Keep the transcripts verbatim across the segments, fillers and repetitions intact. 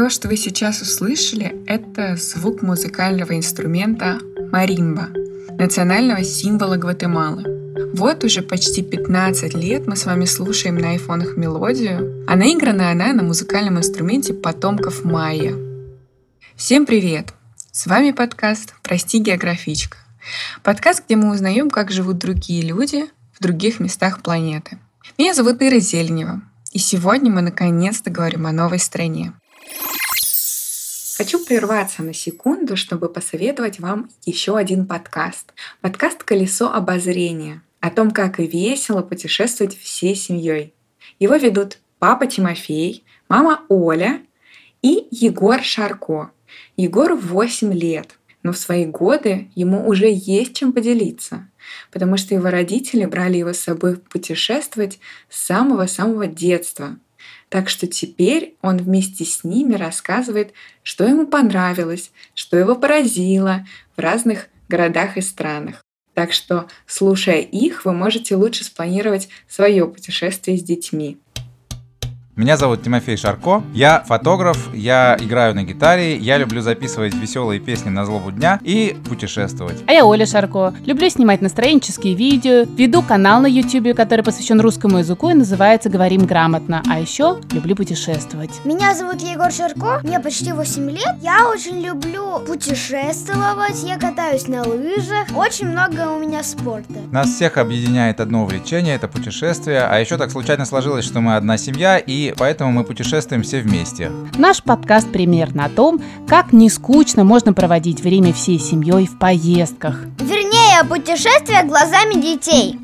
То, что вы сейчас услышали, это звук музыкального инструмента маримба, национального символа Гватемалы. Вот уже почти пятнадцать лет мы с вами слушаем на айфонах мелодию, а наиграна она на музыкальном инструменте потомков майя. Всем привет! С вами подкаст «Прости, географичка». Подкаст, где мы узнаем, как живут другие люди в других местах планеты. Меня зовут Ира Зеленева, и сегодня мы наконец-то говорим о новой стране. Хочу прерваться на секунду, чтобы посоветовать вам еще один подкаст. Подкаст «Колесо обозрения» о том, как и весело путешествовать всей семьей. Его ведут папа Тимофей, мама Оля и Егор Шарко. Егору восемь лет, но в свои годы ему уже есть чем поделиться, потому что его родители брали его с собой путешествовать с самого-самого детства. Так что теперь он вместе с ними рассказывает, что ему понравилось, что его поразило в разных городах и странах. Так что, слушая их, вы можете лучше спланировать свое путешествие с детьми. Меня зовут Тимофей Шарко, я фотограф, я играю на гитаре, я люблю записывать веселые песни на злобу дня и путешествовать. А я Оля Шарко, люблю снимать настроенческие видео, веду канал на YouTube, который посвящен русскому языку и называется «Говорим грамотно», а еще люблю путешествовать. Меня зовут Егор Шарко, мне почти восемь лет, я очень люблю путешествовать, я катаюсь на лыжах, очень много у меня спорта. Нас всех объединяет одно увлечение, это путешествие, а еще так случайно сложилось, что мы одна семья и И поэтому мы путешествуем все вместе. Наш подкаст примерно о том, как не скучно можно проводить время всей семьей в поездках. Вернее, путешествия глазами детей.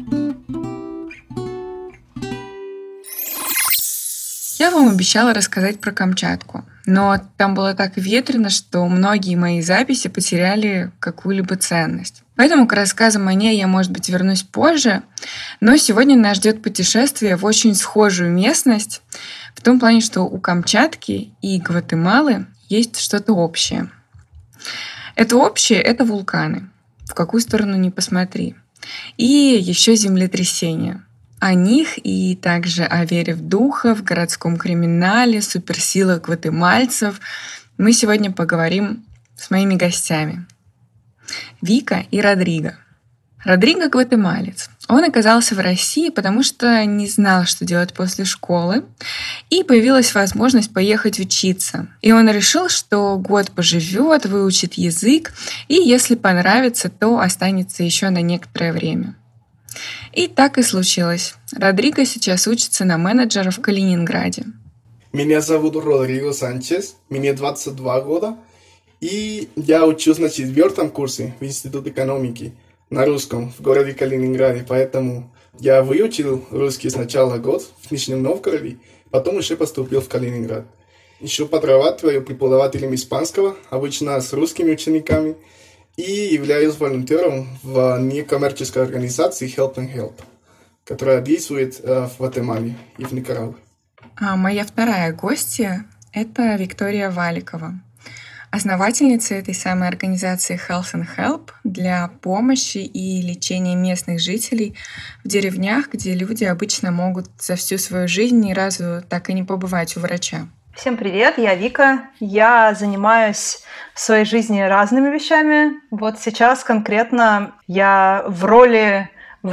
Я вам обещала рассказать про Камчатку, но там было так ветрено, что многие мои записи потеряли какую-либо ценность. Поэтому к рассказам о ней я, может быть, вернусь позже, но сегодня нас ждет путешествие в очень схожую местность, в том плане, что у Камчатки и Гватемалы есть что-то общее. Это общее — это вулканы, в какую сторону ни посмотри, и еще землетрясения. О них и также о вере в духов, городском криминале, суперсилах гватемальцев мы сегодня поговорим с моими гостями. Вика и Родриго. Родриго — гватемалец. Он оказался в России, потому что не знал, что делать после школы, и появилась возможность поехать учиться. И он решил, что год поживет, выучит язык, и если понравится, то останется еще на некоторое время. И так и случилось. Родриго сейчас учится на менеджера в Калининграде. Меня зовут Родриго Санчес, мне двадцать два года, и я учусь на четвертом курсе в Институте экономики на русском в городе Калининграде, поэтому я выучил русский сначала год в Нижнем Новгороде, потом еще поступил в Калининград. Еще подрабатываю преподавателем испанского, обычно с русскими учениками, и являюсь волонтером в некоммерческой организации Help and Help, которая действует э, в Гватемале и в Никарагуа. А моя вторая гостья — это Виктория Валикова, основательница этой самой организации Health and Help для помощи и лечения местных жителей в деревнях, где люди обычно могут за всю свою жизнь ни разу так и не побывать у врача. Всем привет, я Вика. Я занимаюсь в своей жизни разными вещами. Вот сейчас конкретно я в роли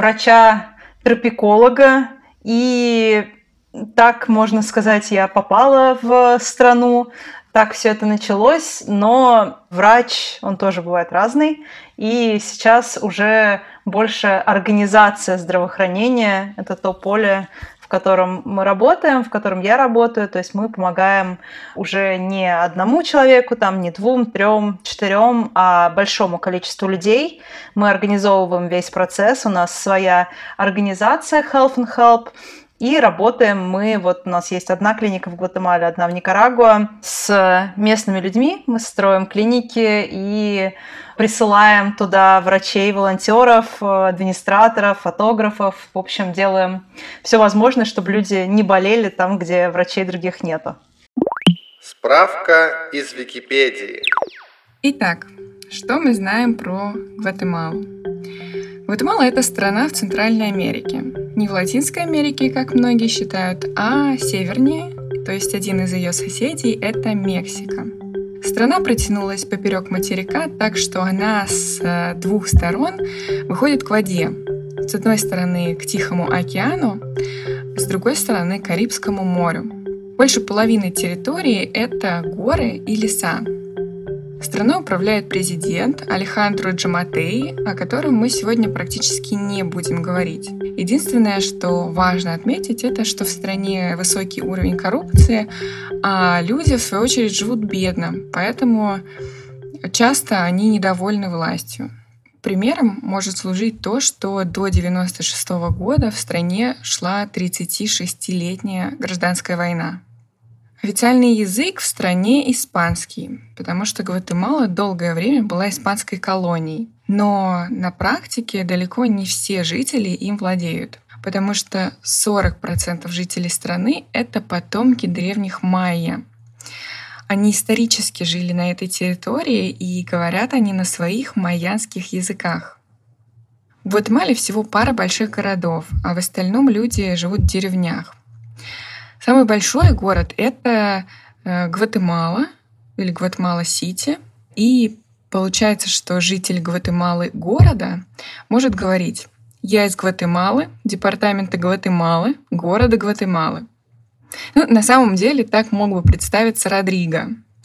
врача-тропиколога, и так, можно сказать, я попала в страну, так все это началось, но врач, он тоже бывает разный, и сейчас уже больше организация здравоохранения, это то поле, в котором мы работаем, в котором я работаю, то есть мы помогаем уже не одному человеку, там, не двум, трем, четырем, а большому количеству людей. Мы организовываем весь процесс, у нас своя организация Health and Help, и работаем мы, вот у нас есть одна клиника в Гватемале, одна в Никарагуа, с местными людьми. Мы строим клиники и присылаем туда врачей, волонтеров, администраторов, фотографов. В общем, делаем все возможное, чтобы люди не болели там, где врачей других нету. Справка из Википедии. Итак, что мы знаем про Гватемалу? Гватемала — это страна в Центральной Америке. Не в Латинской Америке, как многие считают, а севернее. то есть один из ее соседей, это Мексика. Страна протянулась поперек материка, так что она с двух сторон выходит к воде. С одной стороны к Тихому океану, с другой стороны к Карибскому морю. Больше половины территории – это горы и леса. Страной управляет президент Алехандро Джаматей, о котором мы сегодня практически не будем говорить. Единственное, что важно отметить, это что в стране высокий уровень коррупции, а люди, в свою очередь, живут бедно, поэтому часто они недовольны властью. Примером может служить то, что до девяносто шестого года в стране шла тридцатишестилетняя гражданская война. Официальный язык в стране испанский, потому что Гватемала долгое время была испанской колонией. Но на практике далеко не все жители им владеют, потому что сорок процентов жителей страны — это потомки древних майя. Они исторически жили на этой территории, и говорят они на своих майянских языках. В Гватемале всего пара больших городов, а в остальном люди живут в деревнях. Самый большой город — это Гватемала или Гватемала-Сити. И получается, что житель Гватемалы города может говорить: «Я из Гватемалы, департамента Гватемалы, города Гватемалы». Ну, на самом деле так мог бы представиться Родриго.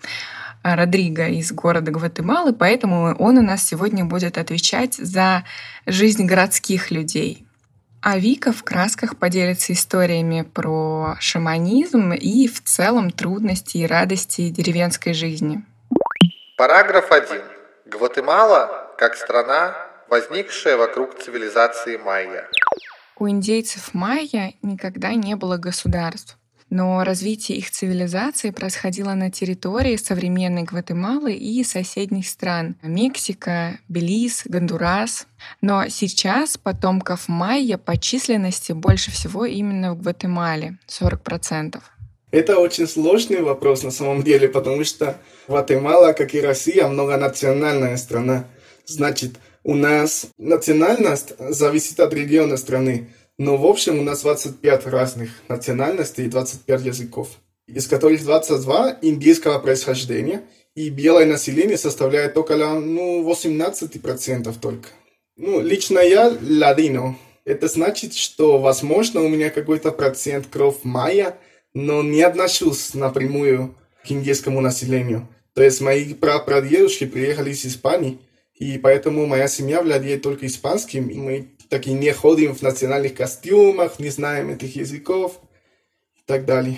Родриго из города Гватемалы, поэтому он у нас сегодня будет отвечать за жизнь городских людей. А Вика в красках поделится историями про шаманизм и в целом трудности и радости деревенской жизни. Параграф один. Гватемала как страна, возникшая вокруг цивилизации майя. У индейцев майя никогда не было государств, но развитие их цивилизации происходило на территории современной Гватемалы и соседних стран — Мексика, Белиз, Гондурас. Но сейчас потомков майя по численности больше всего именно в Гватемале — сорок процентов. Это очень сложный вопрос на самом деле, потому что Гватемала, как и Россия, многонациональная страна. Значит, у нас национальность зависит от региона страны. Но в общем у нас двадцать пять разных национальностей и двадцать пять языков, из которых двадцать два индийского происхождения, и белое население составляет около ну, восемнадцать процентов только. Ну, лично я ладино. Это значит, что, возможно, у меня какой-то процент кровь майя, но не отношусь напрямую к индийскому населению. То есть мои прапрадедушки приехали из Испании, и поэтому моя семья владеет только испанским, и мы так и не ходим в национальных костюмах, не знаем этих языков и так далее.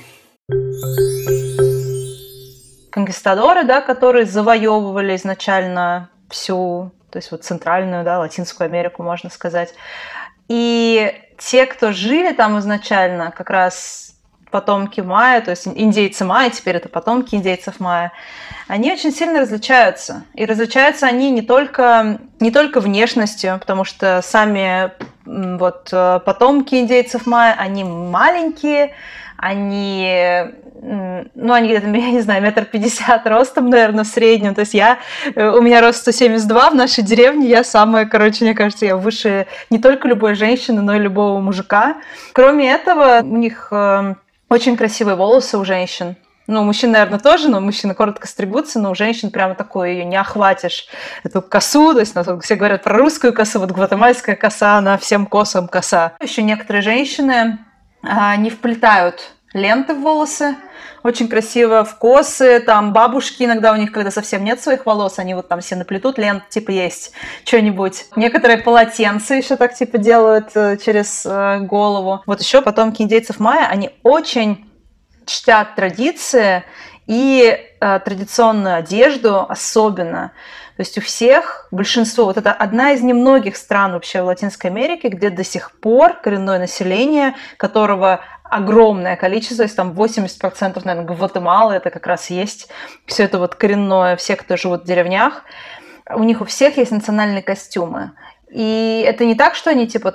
Конкистадоры, да, которые завоевывали изначально всю, то есть вот центральную, да, Латинскую Америку, можно сказать. И те, кто жили там изначально, как раз потомки майя, то есть индейцы майя, теперь это потомки индейцев майя, они очень сильно различаются. И различаются они не только, не только внешностью, потому что сами вот, потомки индейцев майя, они маленькие, они, ну, они где-то, я не знаю, метр пятьдесят ростом, наверное, в среднем. То есть я, у меня рост сто семьдесят два, в нашей деревне я самая, короче, мне кажется, я выше не только любой женщины, но и любого мужика. Кроме этого, у них очень красивые волосы у женщин. Ну, у мужчин, наверное, тоже, но мужчины коротко стригутся, но у женщин прямо такое, ее не охватишь, эту косу, то есть все говорят про русскую косу, вот гватемальская коса, она всем косам коса. Еще некоторые женщины а, не вплетают ленты в волосы, очень красиво в косы, там бабушки иногда у них, когда совсем нет своих волос, они вот там все наплетут лент, типа есть что-нибудь. Некоторые полотенца еще так типа делают через голову. Вот еще потомки индейцев майя, они очень чтят традиции и э, традиционную одежду особенно. То есть у всех, большинство, вот это одна из немногих стран вообще в Латинской Америке, где до сих пор коренное население, которого огромное количество, то есть там восемьдесят процентов, наверное, Гватемалы, это как раз есть все это вот коренное, все, кто живут в деревнях, у них у всех есть национальные костюмы. И это не так, что они типа там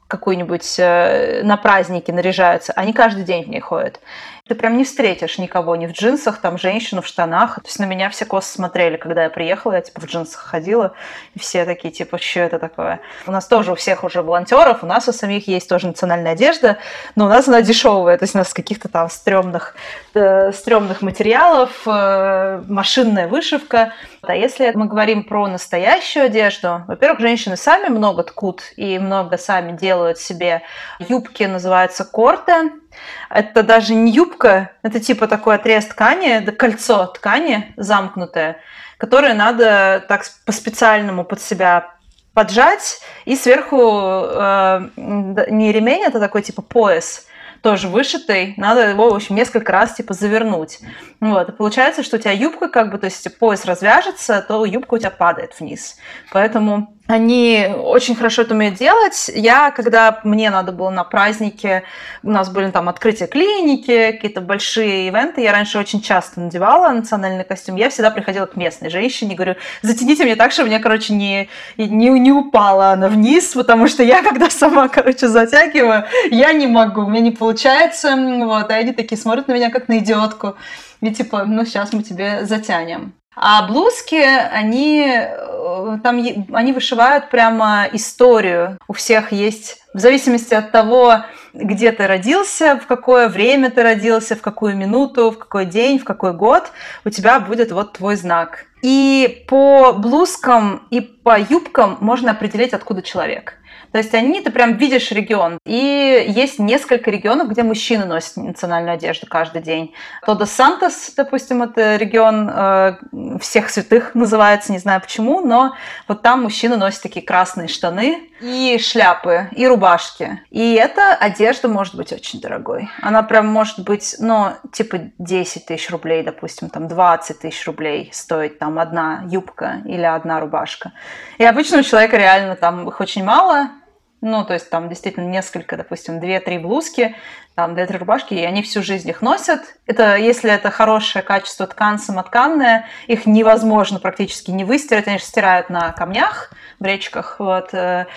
какую-нибудь э, на праздники наряжаются, они каждый день в ней ходят. Ты прям не встретишь никого ни в джинсах, там, женщину в штанах. То есть на меня все косо смотрели, когда я приехала, я, типа, в джинсах ходила, и все такие, типа, что это такое? У нас тоже у всех уже волонтеров, у нас у самих есть тоже национальная одежда, но у нас она дешевая, то есть у нас каких-то там стрёмных, э, стрёмных материалов, э, машинная вышивка. А если мы говорим про настоящую одежду, во-первых, женщины сами много ткут и много сами делают себе юбки, называются корте. Это даже не юбка, это типа такой отрез ткани, это кольцо ткани замкнутое, которое надо так по-специальному под себя поджать, и сверху э, не ремень, это такой типа пояс, тоже вышитый, надо его, в общем, несколько раз типа завернуть. Вот. И получается, что у тебя юбка, как бы, то есть пояс развяжется, то юбка у тебя падает вниз. Поэтому они очень хорошо это умеют делать. Я, когда мне надо было на празднике, у нас были там открытия клиники, какие-то большие ивенты, я раньше очень часто надевала национальный костюм, я всегда приходила к местной женщине, говорю, затяните мне так, чтобы мне, короче, не, не, не упала она вниз, потому что я, когда сама, короче, затягиваю, я не могу, у меня не получается, вот, и они такие смотрят на меня, как на идиотку, и типа, ну, сейчас мы тебе затянем. А блузки, они, там, они вышивают прямо историю. У всех есть, в зависимости от того, где ты родился, в какое время ты родился, в какую минуту, в какой день, в какой год, у тебя будет вот твой знак. И по блузкам и по юбкам можно определить, откуда человек. То есть они, ты прям видишь регион. И есть несколько регионов, где мужчины носят национальную одежду каждый день. Тодос-Сантос, допустим, это регион э, всех святых называется, не знаю почему, но вот там мужчины носят такие красные штаны и шляпы, и рубашки. И эта одежда может быть очень дорогой. Она прям может быть, ну, типа десять тысяч рублей, допустим, там двадцать тысяч рублей стоит там одна юбка или одна рубашка. И обычно у человека реально там их очень мало. Ну, то есть там действительно несколько, допустим, две-три блузки, там две-три рубашки, и они всю жизнь их носят. Это, если это хорошее качество ткань самотканная, их невозможно практически не выстирать, они же стирают на камнях, в речках, вот,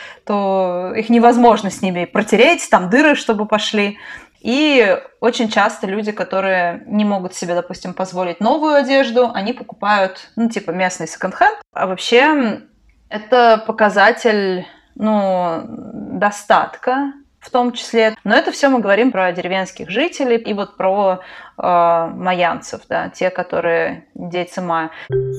то их невозможно с ними протереть, там дыры, чтобы пошли. И очень часто люди, которые не могут себе, допустим, позволить новую одежду, они покупают, ну, типа местный секонд-хенд. А вообще это показатель, ну, достатка в том числе. Но это все мы говорим про деревенских жителей и вот про э, майянцев, да, те, которые дети майя.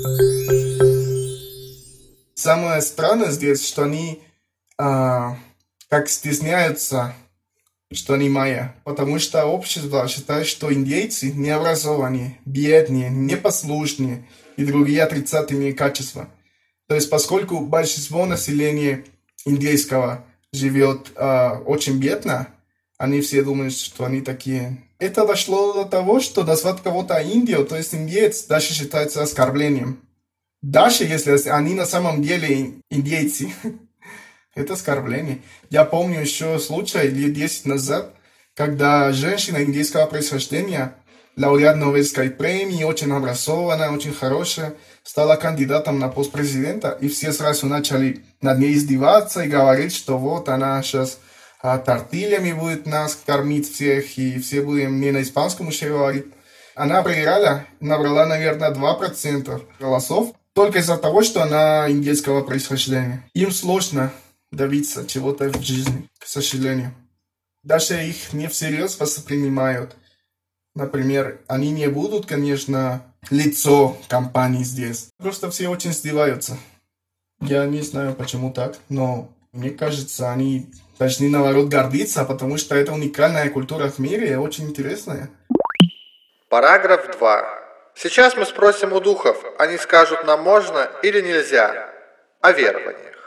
Самое странное здесь, что они э, как стесняются, что они майя, потому что общество считает, что индейцы необразованные, бедные, непослушные и другие отрицательные качества. То есть поскольку большинство населения индейского живет э, очень бедно, они все думают, что они такие. Это дошло до того, что назвать кого-то индио, то есть индеец, даже считается оскорблением. Даже если они на самом деле индейцы. Это оскорбление. Я помню еще случай лет десять назад, когда женщина индейского происхождения, лауреат Нобелевской премии, очень образованная, очень хорошая, стала кандидатом на пост президента, и все сразу начали над ней издеваться и говорить, что вот она сейчас а, тортильями будет нас кормить всех, и все будем не на испанском еще говорить. Она проиграла, набрала, наверное, два процента голосов, только из-за того, что она индейского происхождения. Им сложно добиться чего-то в жизни, к сожалению. Даже их не всерьез воспринимают. Например, они не будут, конечно, лицо компании здесь. Просто все очень издеваются. Я не знаю, почему так, но мне кажется, они должны, наоборот, гордиться, потому что это уникальная культура в мире, очень интересная. Параграф два. Сейчас мы спросим у духов, они скажут нам можно или нельзя о верованиях.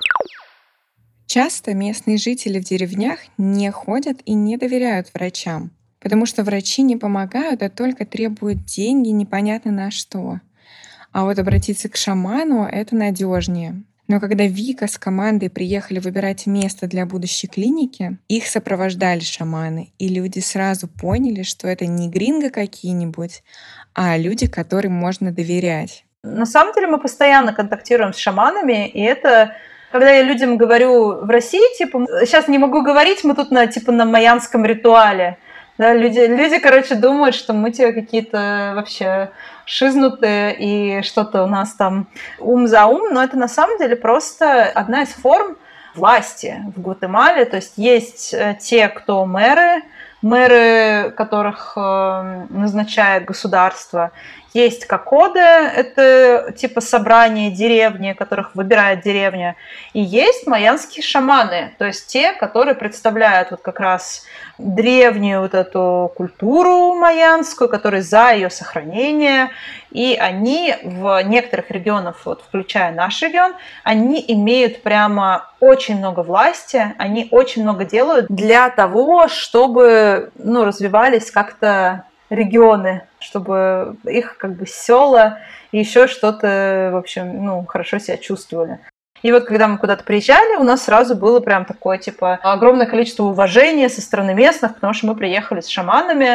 Часто местные жители в деревнях не ходят и не доверяют врачам, потому что врачи не помогают, а только требуют деньги непонятно на что. А вот обратиться к шаману — это надежнее. Но когда Вика с командой приехали выбирать место для будущей клиники, их сопровождали шаманы, и люди сразу поняли, что это не гринго какие-нибудь, а люди, которым можно доверять. На самом деле мы постоянно контактируем с шаманами, и это Когда я людям говорю в России, типа, сейчас не могу говорить, мы тут на, типа, на майянском ритуале. Да, люди, люди, короче, думают, что мы те какие-то вообще шизнутые и что-то у нас там ум за ум, но это на самом деле просто одна из форм власти в Гватемале. То есть есть те, кто мэры, мэры, которых э, назначает государство. Есть кокоды, это типа собрание деревни, которых выбирает деревня. И есть майянские шаманы, то есть те, которые представляют вот как раз древнюю вот эту культуру майянскую, которые за ее сохранение. И они в некоторых регионах, вот, включая наш регион, они имеют прямо очень много власти, они очень много делают для того, чтобы ну, развивались как-то регионы, чтобы их как бы села и еще что-то, в общем, ну, хорошо себя чувствовали. И вот когда мы куда-то приезжали, у нас сразу было прям такое, типа, огромное количество уважения со стороны местных, потому что мы приехали с шаманами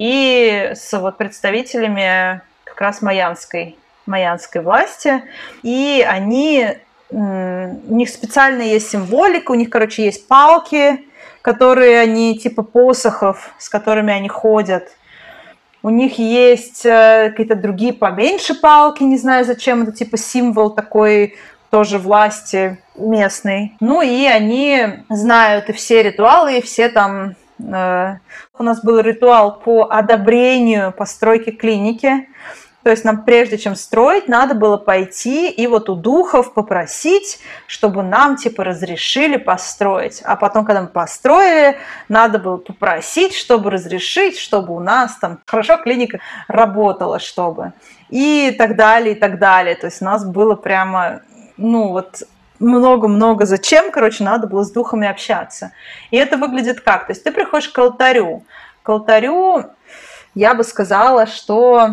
и с вот представителями как раз майянской, майянской власти. И они, у них специально есть символика, у них, короче, есть палки, которые они, типа, посохов, с которыми они ходят. У них есть какие-то другие поменьше палки, не знаю зачем, это типа символ такой тоже власти местной. Ну и они знают и все ритуалы, и все там... Э, у нас был ритуал по одобрению постройки клиники. То есть нам прежде чем строить, надо было пойти и вот у духов попросить, чтобы нам типа разрешили построить. А потом, когда мы построили, надо было попросить, чтобы разрешить, чтобы у нас там хорошо клиника работала, чтобы. И так далее, и так далее. То есть у нас было прямо, ну вот... много-много зачем, короче, надо было с духами общаться. И это выглядит как? То есть ты приходишь к алтарю. К алтарю я бы сказала, что...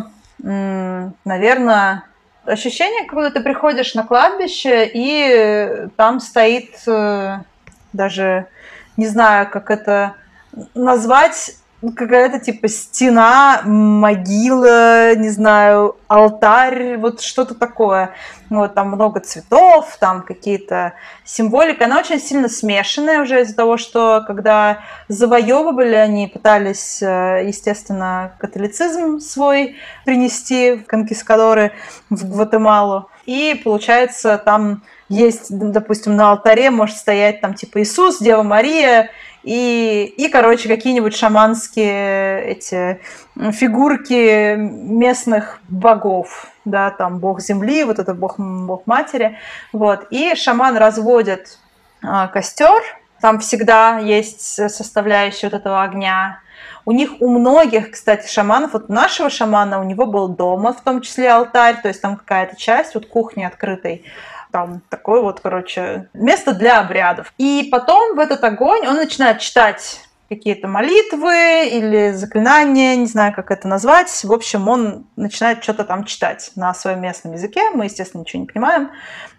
наверное, ощущение, когда ты приходишь на кладбище, и там стоит, даже не знаю, как это назвать, какая-то типа стена, могила, не знаю, алтарь, вот что-то такое. Вот, там много цветов, там какие-то символики. Она очень сильно смешанная уже из-за того, что когда завоевывали, они пытались, естественно, католицизм свой принести, конкискадоры в Гватемалу. И получается, там есть, допустим, на алтаре может стоять там типа Иисус, Дева Мария, И, и, короче, какие-нибудь шаманские эти фигурки местных богов, да, там бог земли, вот это бог, бог матери, вот. И шаман разводит а, костер, там всегда есть составляющая вот этого огня. У них, у многих, кстати, шаманов, вот нашего шамана, у него был дома, в том числе алтарь, то есть там какая-то часть вот кухни открытой, там такое вот, короче, место для обрядов. И потом в этот огонь он начинает читать какие-то молитвы или заклинания, не знаю, как это назвать. В общем, он начинает что-то там читать на своем местном языке. Мы, естественно, ничего не понимаем.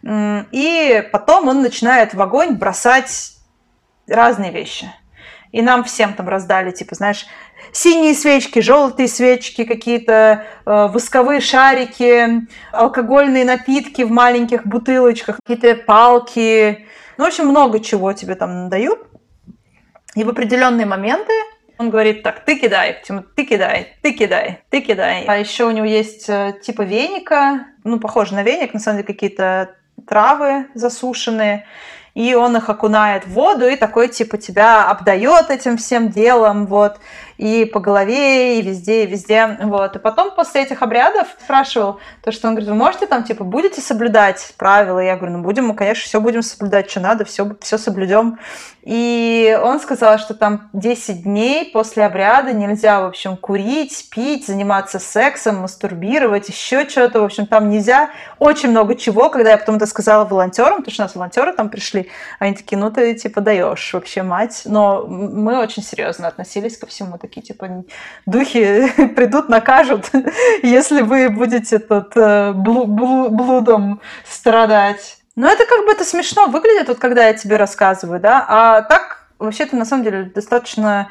И потом он начинает в огонь бросать разные вещи. И нам всем там раздали, типа, знаешь, синие свечки, желтые свечки, какие-то э, восковые шарики, алкогольные напитки в маленьких бутылочках, какие-то палки. Ну, в общем, много чего тебе там дают. И в определенные моменты он говорит: так, ты кидай, ты кидай, ты кидай, ты кидай. А еще у него есть э, типа веника, ну, похоже на веник, на самом деле какие-то травы засушенные. И он их окунает в воду и такой, типа, тебя обдает этим всем делом, вот, и по голове, и везде, и везде, вот. И потом после этих обрядов спрашивал, то, что он говорит: вы можете там, типа, будете соблюдать правила? Я говорю: ну, будем, мы, конечно, все будем соблюдать, что надо, все, все соблюдем. И он сказал, что там десять дней после обряда нельзя, в общем, курить, пить, заниматься сексом, мастурбировать, еще что-то, в общем, там нельзя очень много чего. Когда я потом это сказала волонтерам, потому что у нас волонтеры там пришли, они такие: ну, ты, типа, даешь вообще, мать. Но мы очень серьезно относились ко всему, такие, типа, духи придут, накажут, если вы будете тут блу- блу- блудом страдать. Но это как бы это смешно выглядит, вот когда я тебе рассказываю, да, а так вообще-то на самом деле достаточно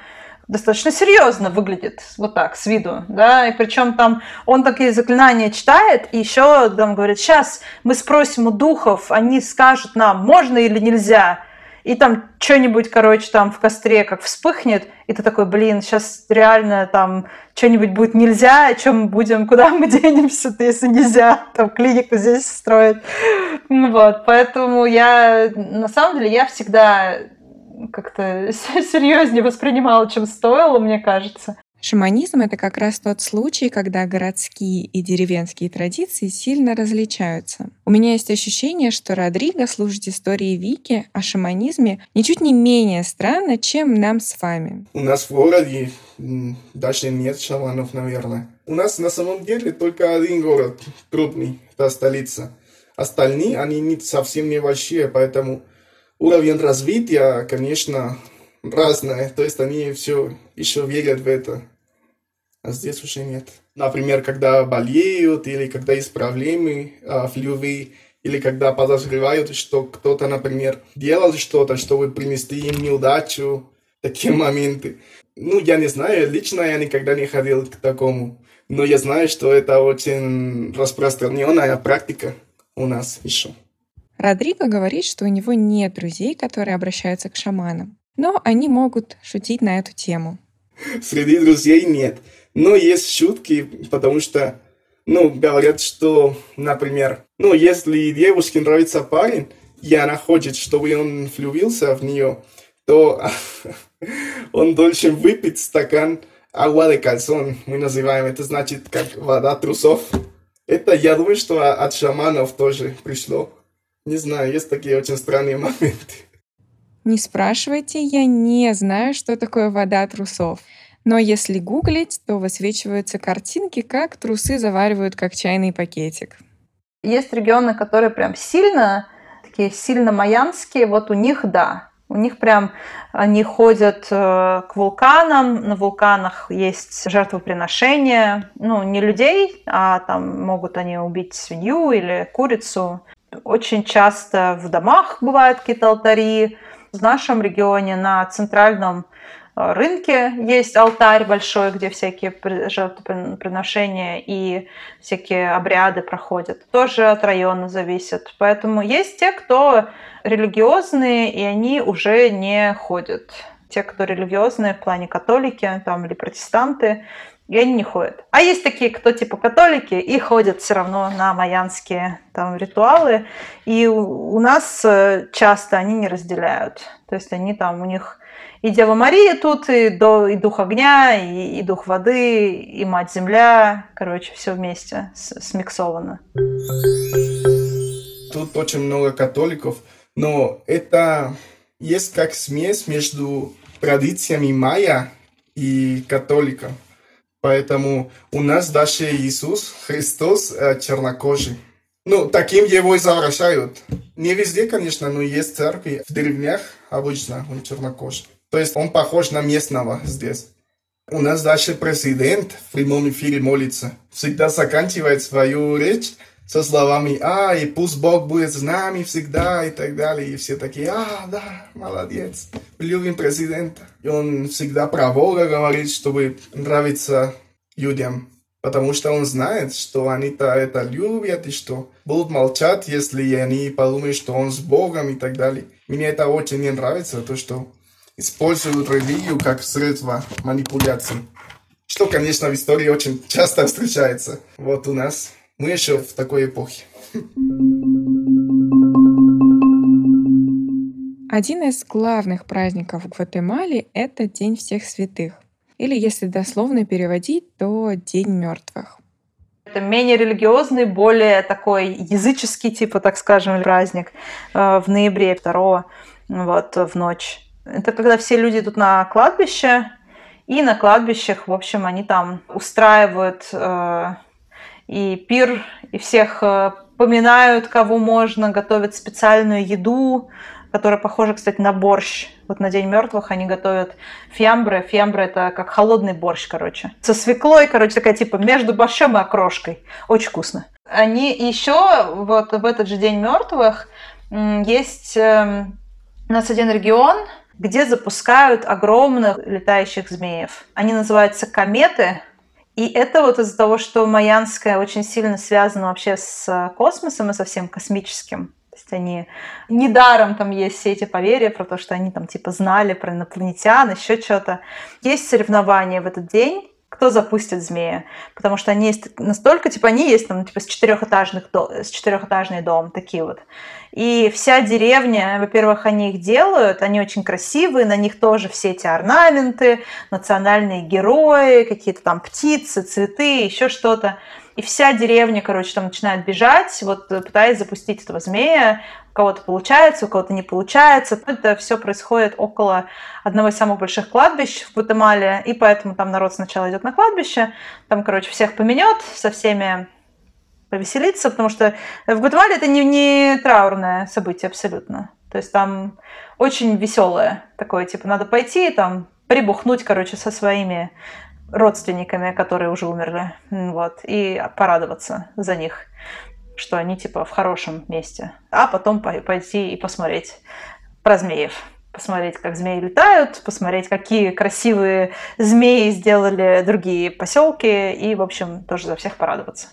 достаточно серьезно выглядит вот так, с виду, да, и причем там он такие заклинания читает, и еще там говорит, сейчас мы спросим у духов, они скажут нам, можно или нельзя, и там что-нибудь, короче, там в костре как вспыхнет, и ты такой, блин, сейчас реально там что-нибудь будет нельзя, что мы будем, куда мы денемся-то, если нельзя, там клинику здесь строить, вот, поэтому я, на самом деле, я всегда как-то серьезнее воспринимала, чем стоило, мне кажется. Шаманизм — это как раз тот случай, когда городские и деревенские традиции сильно различаются. У меня есть ощущение, что Родриго слушает истории Вики о шаманизме ничуть не менее странно, чем нам с вами. У нас в городе даже нет шаманов, наверное. У нас на самом деле только один город крупный, это столица. Остальные, они не, совсем небольшие, поэтому уровень развития, конечно, разный. То есть они все еще верят в это. А здесь уже нет. Например, когда болеют, или когда есть проблемы а, в любви, или когда подозревают, что кто-то, например, делал что-то, чтобы принести им неудачу. Такие моменты. Ну, я не знаю, лично я никогда не ходил к такому. Но я знаю, что это очень распространенная практика у нас еще. Родриго говорит, что у него нет друзей, которые обращаются к шаманам. Но они могут шутить на эту тему. Среди друзей нет. Но есть шутки, потому что, ну, говорят, что, например, ну, если девушке нравится парень, и она хочет, чтобы он влюбился в нее, то он должен выпить стакан агua de calzón, мы называем. Это значит, как вода трусов. Это, я думаю, что от шаманов тоже пришло. Не знаю, есть такие очень странные моменты. Не спрашивайте, я не знаю, что такое вода трусов. Но если гуглить, то высвечиваются картинки, как трусы заваривают как чайный пакетик. Есть регионы, которые прям сильно, такие сильно майянские, вот у них да. У них прям они ходят к вулканам, на вулканах есть жертвоприношения, ну, не людей, а там могут они убить свинью или курицу. Очень часто в домах бывают какие-то алтари. В нашем регионе на центральном рынке есть алтарь большой, где всякие жертвоприношения и всякие обряды проходят. Тоже от района зависит. Поэтому есть те, кто религиозные, и они уже не ходят. Те, кто религиозные в плане католики там, или протестанты, и они не ходят. А есть такие, кто типа католики, и ходят все равно на майянские там ритуалы. И у, у нас часто они не разделяют. То есть они там, у них и Дева Мария тут, и, до, и Дух огня, и, и Дух воды, и Мать Земля. Короче, все вместе смиксовано. Тут очень много католиков, но это есть как смесь между традициями майя и католиком. Поэтому у нас даже Иисус Христос э, чернокожий. Ну, таким его изображают. Не везде, конечно, но есть церкви. В деревнях обычно он чернокожий. То есть он похож на местного здесь. У нас даже президент в прямом эфире молится. Всегда заканчивает свою речь со словами «А, и пусть Бог будет с нами всегда» и так далее. И все такие «А, да, молодец, любим президента». И он всегда про Бога говорит, чтобы нравиться людям. Потому что он знает, что они-то это любят и что будут молчать, если они подумают, что он с Богом и так далее. Мне это очень не нравится, то, что используют религию как средство манипуляции. Что, конечно, в истории очень часто встречается. Вот у нас. Мы еще в такой эпохе. Один из главных праздников в Гватемале — это День всех святых. Или, если дословно переводить, то День мертвых. Это менее религиозный, более такой языческий, типа, так скажем, праздник в ноябре второго, вот, в ночь. Это когда все люди идут на кладбище, и на кладбищах, в общем, они там устраивают э, и пир, и всех э, поминают, кого можно, готовят специальную еду, которая похожа, кстати, на борщ. Вот на День мертвых они готовят фьямбры. Фьямбры — это как холодный борщ, короче. Со свеклой, короче, такая типа между борщом и окрошкой. Очень вкусно. Они еще вот в этот же День мертвых есть... Э, у нас один регион, где запускают огромных летающих змеев. Они называются кометы. И это вот из-за того, что майянское очень сильно связано вообще с космосом и со всем космическим. То есть они недаром там есть все эти поверья про то, что они там типа знали про инопланетян, еще что-то. Есть соревнования в этот день, кто запустит змея, потому что они есть настолько, типа они есть там типа с четырехэтажных с четырехэтажный дом, такие вот. И вся деревня, во-первых, они их делают, они очень красивые, на них тоже все эти орнаменты, национальные герои, какие-то там птицы, цветы, еще что-то. И вся деревня, короче, там начинает бежать, вот пытаясь запустить этого змея. У кого-то получается, у кого-то не получается. Это все происходит около одного из самых больших кладбищ в Гватемале, и поэтому там народ сначала идет на кладбище, там, короче, всех поменет, со всеми повеселиться, потому что в Гватемале это не, не траурное событие абсолютно. То есть там очень веселое такое, типа надо пойти там прибухнуть, короче, со своими родственниками, которые уже умерли, вот, и порадоваться за них, что они типа в хорошем месте, а потом пойти и посмотреть про змеев. Посмотреть, как змеи летают, посмотреть, какие красивые змеи сделали другие поселки, и, в общем, тоже за всех порадоваться.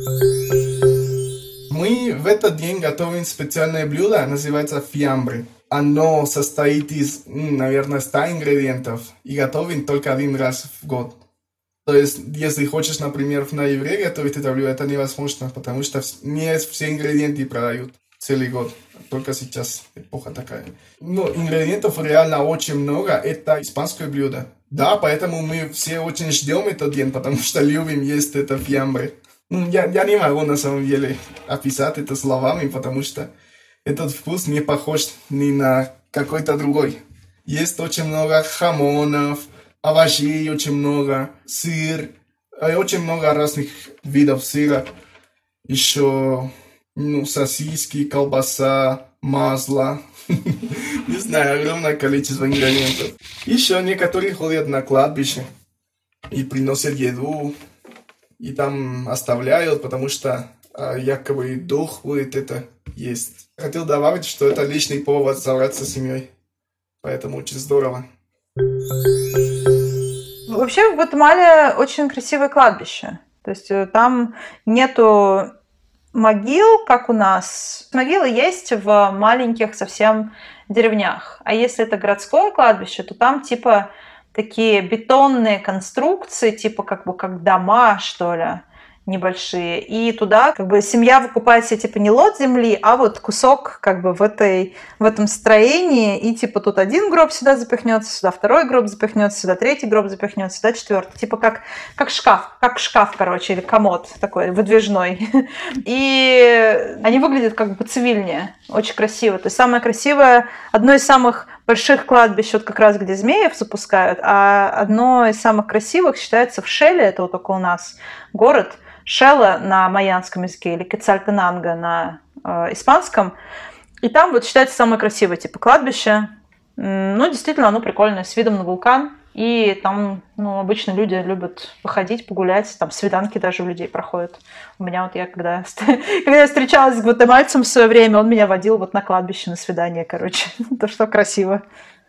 Мы в этот день готовим специальное блюдо, называется фиамбре. Оно состоит из, наверное, ста ингредиентов и готовим только один раз в год. То есть, если хочешь, например, в ноябре готовить это блюдо, это невозможно, потому что не все ингредиенты продают целый год. Только сейчас эпоха такая. Но ингредиентов реально очень много. Это испанское блюдо. Да, поэтому мы все очень ждем этот день, потому что любим есть это фиамбре. Ну, я, я не могу на самом деле описать это словами, потому что этот вкус не похож ни на какой-то другой. Есть очень много хамонов, овощей очень много, сыр, очень много разных видов сыра. Еще ну, сосиски, колбаса, масло. Не знаю, огромное количество ингредиентов. Еще некоторые ходят на кладбище и приносят еду. И там оставляют, потому что якобы дух будет это есть. Хотел добавить, что это лишний повод собраться с семьей. Поэтому очень здорово. Вообще в Гватемале очень красивое кладбище. То есть там нету могил, как у нас. Могилы есть в маленьких совсем деревнях. А если это городское кладбище, то там типа такие бетонные конструкции, типа как бы как дома, что ли, небольшие. И туда как бы семья выкупает себе типа не лот земли, а вот кусок как бы в, этой, в этом строении. И типа тут один гроб сюда запихнется, сюда второй гроб запихнется, сюда третий гроб запихнется, сюда четвертый. Типа как, как шкаф, как шкаф, короче, или комод такой выдвижной. И они выглядят как бы цивильнее, очень красиво. То есть самое красивое, одно из самых больших кладбищ, вот как раз где змеев запускают, а одно из самых красивых считается в Шеле, это вот около нас город, Шела на майянском языке или Кецальтенанго на э, испанском. И там вот считается самое красивое типа кладбище. Ну, действительно, оно прикольное, с видом на вулкан. И там ну, обычно люди любят походить, погулять. Там свиданки даже у людей проходят. У меня вот я, когда, когда я встречалась с гватемальцем в свое время, он меня водил вот на кладбище на свидание, короче. То, что красиво.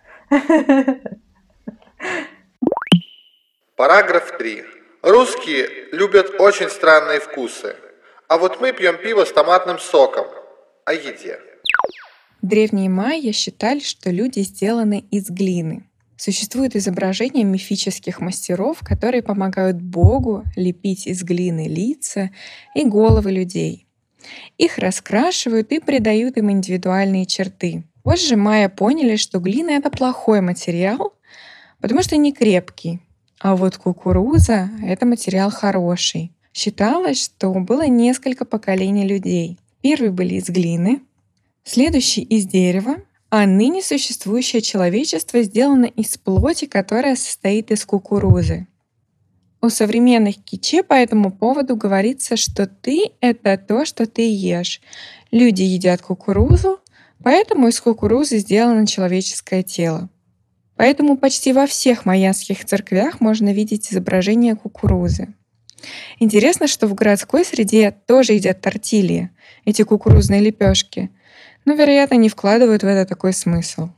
Параграф три. Русские любят очень странные вкусы. А вот мы пьем пиво с томатным соком. О еде. Древние майя считали, что люди сделаны из глины. Существует изображение мифических мастеров, которые помогают Богу лепить из глины лица и головы людей. Их раскрашивают и придают им индивидуальные черты. Позже майя поняли, что глина — это плохой материал, потому что не крепкий. А вот кукуруза — это материал хороший. Считалось, что было несколько поколений людей. Первые были из глины, следующие из дерева, а ныне существующее человечество сделано из плоти, которая состоит из кукурузы. У современных киче по этому поводу говорится, что ты — это то, что ты ешь. Люди едят кукурузу, поэтому из кукурузы сделано человеческое тело. Поэтому почти во всех майянских церквях можно видеть изображение кукурузы. Интересно, что в городской среде тоже едят тортильи, эти кукурузные лепешки, но, вероятно, не вкладывают в это такой смысл.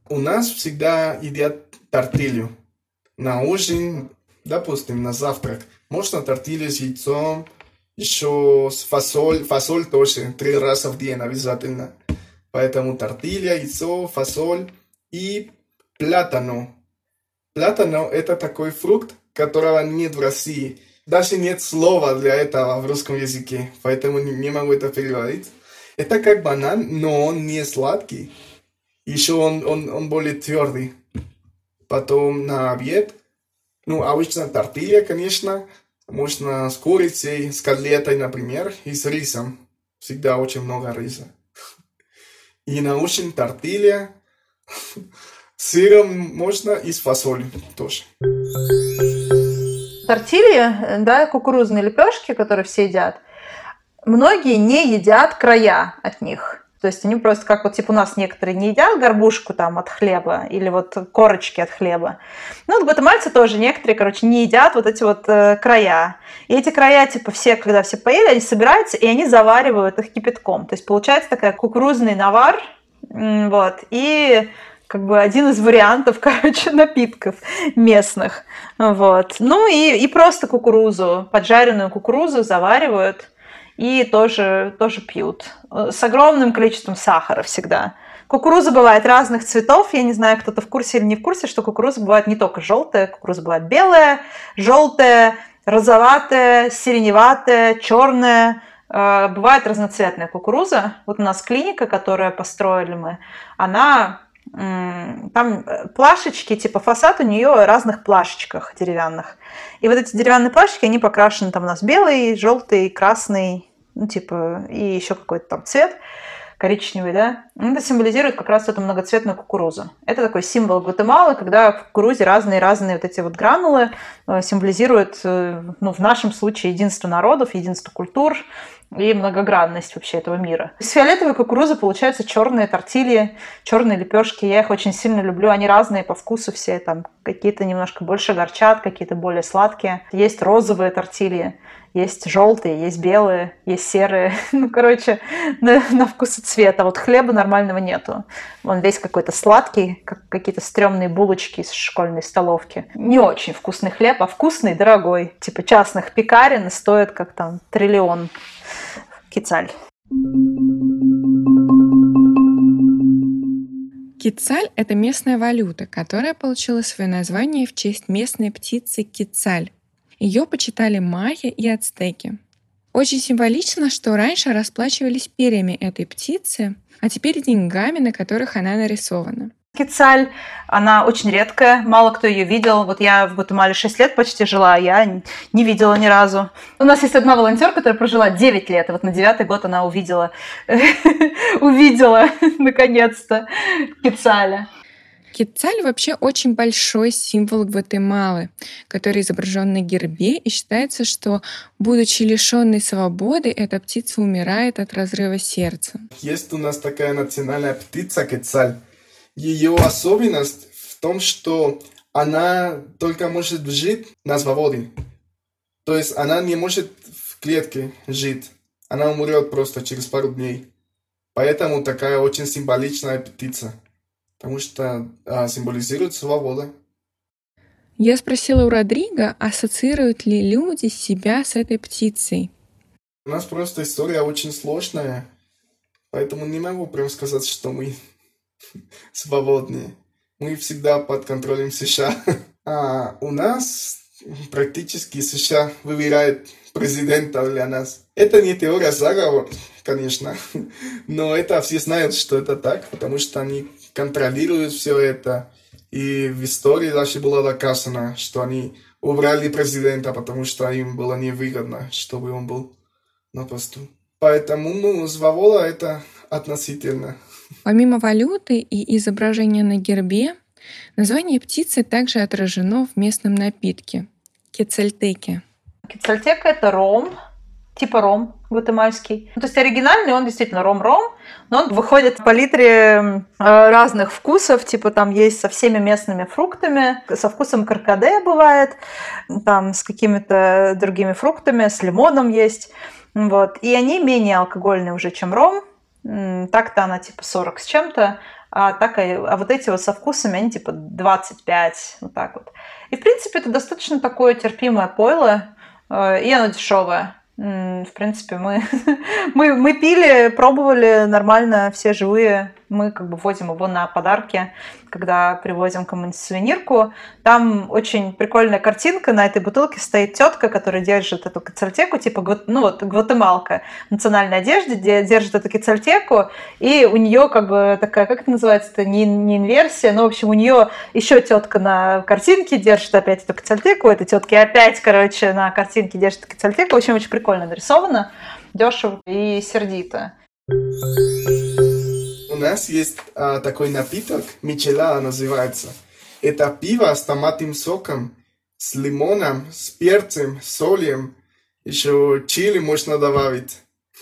У нас всегда едят тортилью. На ужин, допустим, на завтрак. Можно тортилью с яйцом, еще с фасоль. Фасоль тоже три раза в день обязательно. Поэтому тортилья, яйцо, фасоль и платано. Платано – это такой фрукт, которого нет в России. Даже нет слова для этого в русском языке, поэтому не, не могу это переводить. Это как банан, но он не сладкий. Еще он, он, он более твердый. Потом на обед, ну, обычно тортилья, конечно. Можно с курицей, с котлетой, например, и с рисом. Всегда очень много риса. И на ужин тортилья. С сыром можно и с фасолью тоже. Тортильи, да, кукурузные лепешки, которые все едят, многие не едят края от них. То есть они просто, как вот типа у нас некоторые не едят горбушку там от хлеба или вот корочки от хлеба. Ну, вот гватемальцы тоже некоторые, короче, не едят вот эти вот э, края. И эти края, типа, все, когда все поели, они собираются, и они заваривают их кипятком. То есть получается такая кукурузный навар, вот, и как бы один из вариантов, короче, напитков местных. Вот. Ну и, и просто кукурузу, поджаренную кукурузу заваривают и тоже, тоже пьют. С огромным количеством сахара всегда. Кукуруза бывает разных цветов. Я не знаю, кто-то в курсе или не в курсе, что кукуруза бывает не только желтая, кукуруза бывает белая, желтая, розоватая, сиреневатая, черная. Бывает разноцветная кукуруза. Вот у нас клиника, которую построили мы, она... Там плашечки, типа фасад у нее в разных плашечках деревянных. И вот эти деревянные плашечки, они покрашены там у нас белый, желтый, красный, ну типа, и еще какой-то там цвет коричневый, да. Это символизирует как раз эту многоцветную кукурузу. Это такой символ Гватемалы, когда в кукурузе разные-разные вот эти вот гранулы символизируют, ну, в нашем случае, единство народов, единство культур и многогранность вообще этого мира. Из фиолетовой кукурузы получаются черные тортильи, черные лепешки. Я их очень сильно люблю. Они разные по вкусу все. Там какие-то немножко больше горчат, какие-то более сладкие. Есть розовые тортильи, есть желтые, есть белые, есть серые. Ну, короче, на, на вкус и цвет. А вот хлеба нормального нету. Он весь какой-то сладкий, как какие-то стрёмные булочки из школьной столовки. Не очень вкусный хлеб, а вкусный, дорогой. Типа частных пекарен стоит как там триллион кецаль. Кецаль – это местная валюта, которая получила свое название в честь местной птицы кецаль. Ее почитали майя и ацтеки. Очень символично, что раньше расплачивались перьями этой птицы, а теперь деньгами, на которых она нарисована. Кецаль, она очень редкая, мало кто ее видел. Вот я в Гватемале шесть лет почти жила, я не видела ни разу. У нас есть одна волонтерка, которая прожила девять лет, и вот на девятый год она увидела, увидела наконец-то Кецаля. Кецаль вообще очень большой символ Гватемалы, который изображен на гербе, и считается, что, будучи лишенной свободы, эта птица умирает от разрыва сердца. Есть у нас такая национальная птица кецаль. Ее особенность в том, что она только может жить на свободе. То есть она не может в клетке жить. Она умрет просто через пару дней. Поэтому такая очень символичная птица. Потому что а, символизирует свободу. Я спросила у Родриго, ассоциируют ли люди себя с этой птицей. У нас просто история очень сложная. Поэтому не могу прям сказать, что мы свободные. Мы всегда под контролем США. А у нас практически США выбирает президента для нас. Это не теория заговора, конечно, но это все знают, что это так, потому что они контролируют все это. И в истории даже было доказано, что они убрали президента, потому что им было невыгодно, чтобы он был на посту. Поэтому, ну, свобода это относительно. Помимо валюты и изображения на гербе, название птицы также отражено в местном напитке – кецальтеке. Кецальтека – это ром, типа ром гватемальский. То есть оригинальный он действительно ром-ром, но он выходит в палитре разных вкусов, типа там есть со всеми местными фруктами, со вкусом каркаде бывает, там с какими-то другими фруктами, с лимоном есть. Вот. И они менее алкогольные уже, чем ром. Так-то она типа сорок с чем-то, а, так, а вот эти вот со вкусами, они типа двадцать пять, вот так вот. И, в принципе, это достаточно такое терпимое пойло, и оно дешевое. В принципе, мы, мы, мы пили, пробовали нормально, все живые. Мы как бы возим его на подарки, когда привозим кому-нибудь сувенирку. Там очень прикольная картинка. На этой бутылке стоит тетка, которая держит эту кецальтеку, типа, ну вот, гватемалка в национальной одежде, держит эту кецальтеку, и у нее как бы такая, как это называется, это не, не инверсия, но, в общем, у нее еще тетка на картинке держит опять эту кецальтеку, этой тетки опять, короче, на картинке держит кецальтеку. В общем, очень прикольно нарисовано, дешево и сердито. У нас есть а, такой напиток, мичелада называется. Это пиво с томатным соком, с лимоном, с перцем, с солью. Еще чили можно добавить.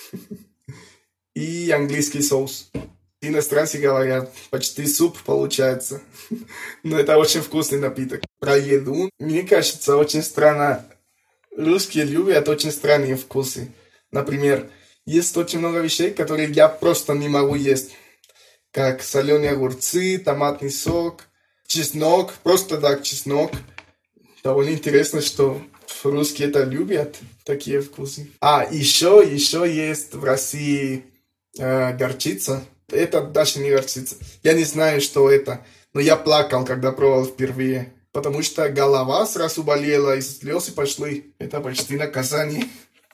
И английский соус. Иностранцы говорят, почти суп получается. Но это очень вкусный напиток. Про еду, мне кажется, очень странно. Русские любят очень странные вкусы. Например, есть очень много вещей, которые я просто не могу есть. Как соленые огурцы, томатный сок, чеснок, просто так чеснок. Довольно интересно, что русские это любят, такие вкусы. А, еще, еще есть в России э, горчица. Это даже не горчица. Я не знаю, что это, но я плакал, когда пробовал впервые. Потому что голова сразу болела, и слезы пошли. Это почти наказание.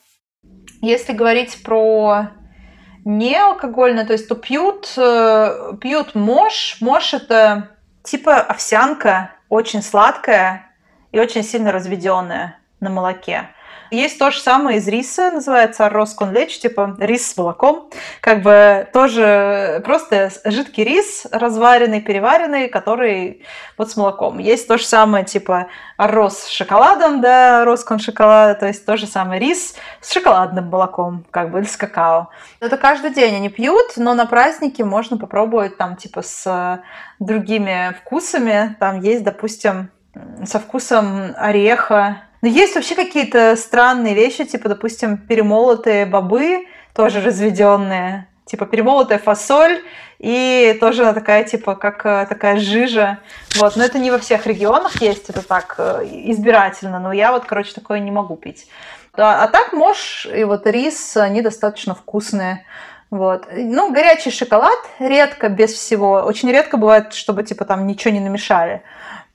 Если говорить про неалкогольное, то есть то пьют, пьют мош. Мош – это типа овсянка, очень сладкая и очень сильно разведенная на молоке. Есть то же самое из риса, называется arroz con leche, типа рис с молоком. Как бы тоже просто жидкий рис, разваренный, переваренный, который вот с молоком. Есть то же самое, типа arroz с шоколадом, да, arroz con шоколада, то есть то же самое рис с шоколадным молоком, как бы, или с какао. Это каждый день они пьют, но на праздники можно попробовать там типа с другими вкусами. Там есть, допустим, со вкусом ореха. Но есть вообще какие-то странные вещи, типа, допустим, перемолотые бобы, тоже разведенные, типа перемолотая фасоль, и тоже она такая, типа, как такая жижа. Вот. Но это не во всех регионах есть, это так избирательно, но я вот, короче, такое не могу пить. А, а так мош и вот рис, они достаточно вкусные. Вот. Ну, горячий шоколад редко, без всего. Очень редко бывает, чтобы, типа, там ничего не намешали.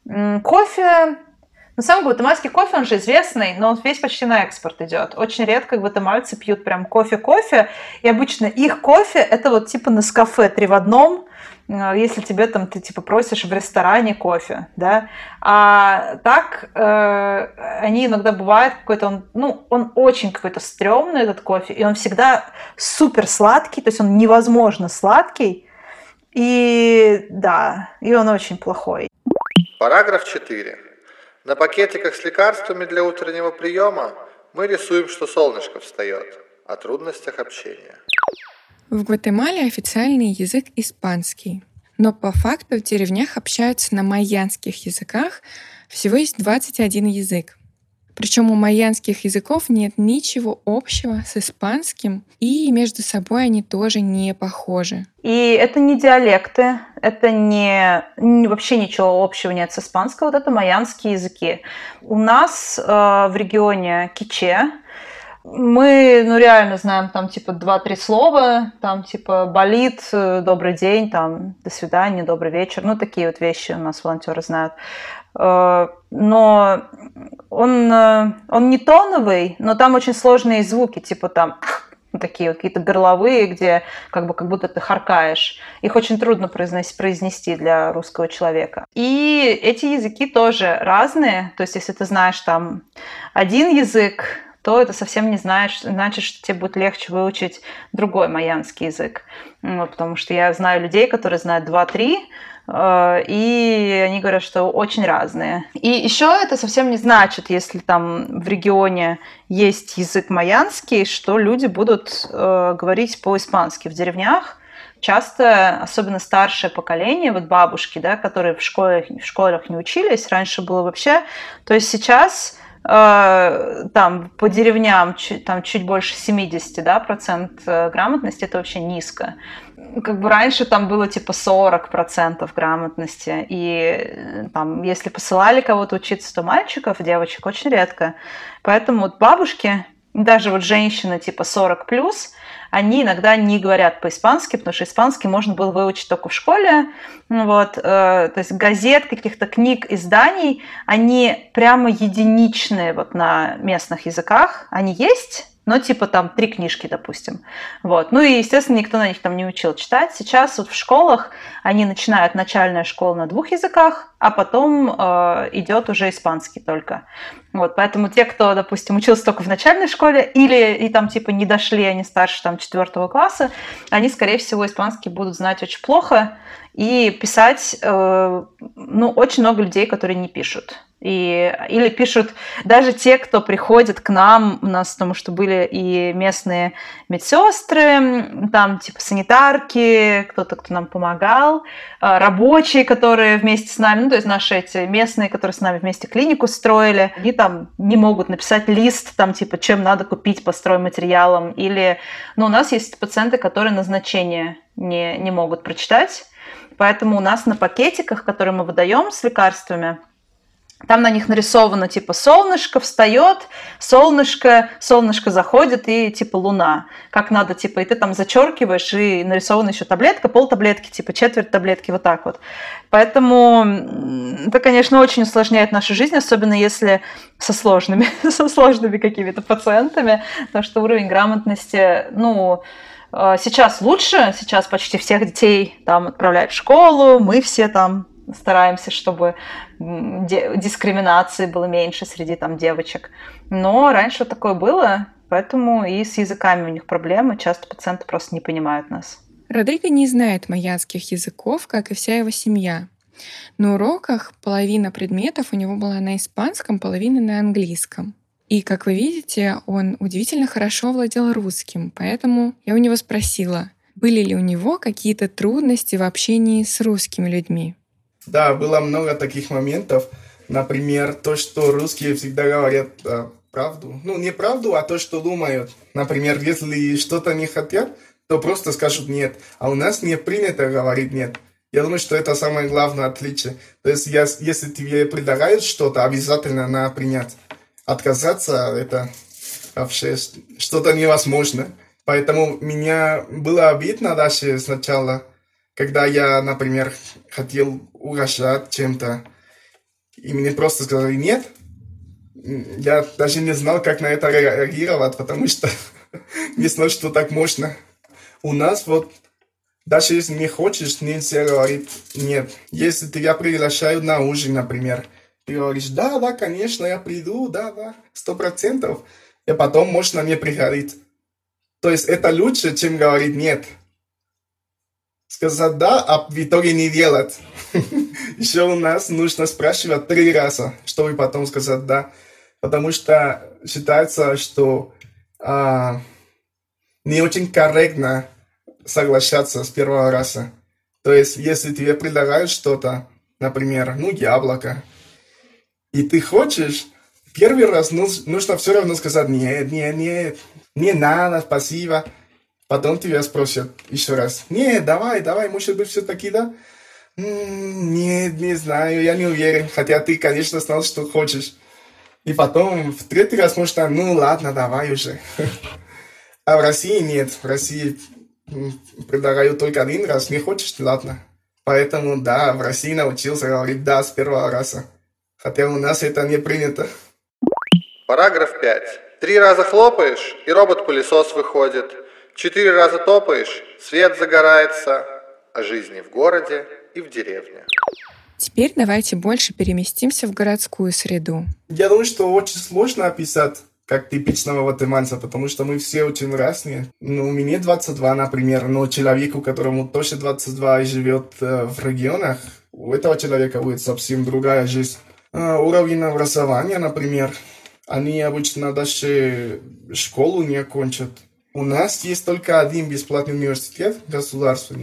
Кофе... На самом деле, гватемальский кофе, он же известный, но он весь почти на экспорт идет. Очень редко гватемальцы пьют прям кофе-кофе, и обычно их кофе – это вот типа Нескафе три в одном, если тебе там, ты типа просишь в ресторане кофе, да. А так, э, они иногда бывают какой-то, он, ну, он очень какой-то стрёмный, этот кофе, и он всегда супер сладкий, то есть он невозможно сладкий, и да, и он очень плохой. Параграф четыре. На пакетиках с лекарствами для утреннего приема мы рисуем, что солнышко встает, о трудностях общения. В Гватемале официальный язык испанский, но по факту в деревнях общаются на майянских языках, всего есть двадцать один язык. Причем у майянских языков нет ничего общего с испанским, и между собой они тоже не похожи. И это не диалекты, это не, не вообще ничего общего нет с испанским, вот это майянские языки. У нас э, в регионе киче мы, ну, реально знаем там типа два-три слова, там типа болит, добрый день, там до свидания, добрый вечер, ну, такие вот вещи у нас волонтеры знают. Но он, он не тоновый, но там очень сложные звуки, типа там такие вот какие-то горловые, где как бы как будто ты харкаешь. Их очень трудно произнести, произнести для русского человека. И эти языки тоже разные. То есть если ты знаешь там один язык, то это совсем не знаешь, значит, что тебе будет легче выучить другой майянский язык. Вот, потому что я знаю людей, которые знают два-три, и они говорят, что очень разные. И еще это совсем не значит, если там в регионе есть язык майянский, что люди будут э, говорить по-испански. В деревнях часто, особенно старшее поколение, вот бабушки, да, которые в школе, в школах не учились, раньше было вообще, то есть сейчас э, там по деревням чуть, там чуть больше семьдесят, да, процент грамотности, это вообще низко. Как бы раньше там было типа сорок процентов грамотности, и там, если посылали кого-то учиться, то мальчиков, девочек очень редко. Поэтому вот бабушки, даже вот женщины типа сорок плюс, они иногда не говорят по-испански, потому что испанский можно было выучить только в школе. Вот, э, то есть газет, каких-то книг, изданий, они прямо единичные вот на местных языках. Они есть, но типа там три книжки, допустим. Вот. Ну и, естественно, никто на них там не учил читать. Сейчас вот в школах они начинают начальная школа на двух языках, а потом э, идет уже испанский только. Вот. Поэтому те, кто, допустим, учился только в начальной школе или и там типа не дошли, они старше там четвертого класса, они, скорее всего, испанский будут знать очень плохо и писать, э, ну, очень много людей, которые не пишут. И, или пишут даже те, кто приходит к нам, у нас, потому что были и местные медсестры, там типа санитарки, кто-то, кто нам помогал, рабочие, которые вместе с нами, ну, то есть наши эти местные, которые с нами вместе клинику строили, они там не могут написать лист, там типа, чем надо купить по стройматериалам, или, ну, у нас есть пациенты, которые назначение не, не могут прочитать, поэтому у нас на пакетиках, которые мы выдаем с лекарствами, там на них нарисовано, типа, солнышко встает, солнышко, солнышко заходит и, типа, луна. Как надо, типа, и ты там зачеркиваешь, и нарисована еще таблетка, полтаблетки, типа, четверть таблетки, вот так вот. Поэтому это, конечно, очень усложняет нашу жизнь, особенно если со сложными, со сложными какими-то пациентами, потому что уровень грамотности, ну, сейчас лучше, сейчас почти всех детей там отправляют в школу, мы все там стараемся, чтобы дискриминации было меньше среди там девочек. Но раньше такое было, поэтому и с языками у них проблемы. Часто пациенты просто не понимают нас. Родриго не знает майянских языков, как и вся его семья. На уроках половина предметов у него была на испанском, половина на английском. И, как вы видите, он удивительно хорошо владел русским, поэтому я у него спросила, были ли у него какие-то трудности в общении с русскими людьми. Да, было много таких моментов. Например, то, что русские всегда говорят а, правду. Ну, не правду, а то, что думают. Например, если что-то не хотят, то просто скажут «нет». А у нас не принято говорить «нет». Я думаю, что это самое главное отличие. То есть, если тебе предлагают что-то, обязательно надо принять. Отказаться – это вообще что-то невозможно. Поэтому меня было обидно даже сначала, когда я, например, хотел угрожать чем-то, и мне просто сказали «нет», я даже не знал, как на это реагировать, потому что не знал, что так можно. У нас вот, даже если не хочешь, нельзя говорить «нет». Если тебя приглашают на ужин, например, ты говоришь «да, да, конечно, я приду, да, да, сто процентов», и потом можно не приходить. То есть это лучше, чем говорить «нет». Сказать «да», а в итоге не делать. Еще у нас нужно спрашивать три раза, чтобы потом сказать «да». Потому что считается, что а, не очень корректно соглашаться с первого раза. То есть, если тебе предлагают что-то, например, ну, яблоко, и ты хочешь, первый раз ну, нужно все равно сказать «нет, нет, нет, не надо, спасибо». Потом тебя спросят еще раз. Нет, давай, давай, может быть, все-таки, да? М-м, нет, не знаю, я не уверен. Хотя ты, конечно, знал, что хочешь. И потом в третий раз можно, ну ладно, давай уже. А в России нет. В России предлагают только один раз. Не хочешь, ладно. Поэтому, да, в России научился говорить «да» с первого раза. Хотя у нас это не принято. Параграф пять. Три раза хлопаешь, и робот-пылесос выходит. Четыре раза топаешь, свет загорается, о жизни в городе и в деревне. Теперь давайте больше переместимся в городскую среду. Я думаю, что очень сложно описать как типичного гватемальца, потому что мы все очень разные. Ну, мне двадцать два, например, но человеку, которому тоже двадцать два и живет э, в регионах, у этого человека будет совсем другая жизнь. Э, уровень образования, например, они обычно даже школу не окончат. У нас есть только один бесплатный университет, государственный.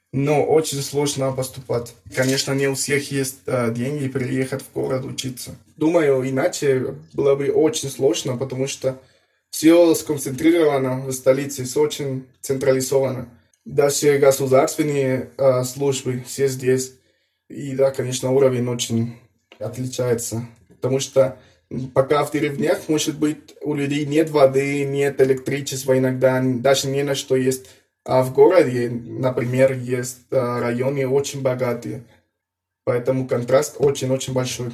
но очень сложно поступать. Конечно, не у всех есть э, деньги приехать в город учиться. Думаю, иначе было бы очень сложно, потому что все сконцентрировано в столице, все очень централизовано. Даже государственные э, службы все здесь. И да, конечно, уровень очень отличается. Потому что пока в деревнях, может быть, у людей нет воды, нет электричества иногда, даже не на что есть. А в городе, например, есть э, районы очень богатые. Поэтому контраст очень-очень большой.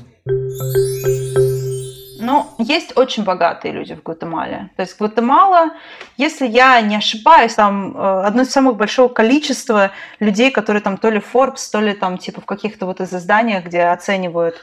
Ну, есть очень богатые люди в Гватемале. То есть Гватемала, если я не ошибаюсь, там одно из самых большого количества людей, которые там то ли Forbes, то ли там типа в каких-то вот из изданиях, где оценивают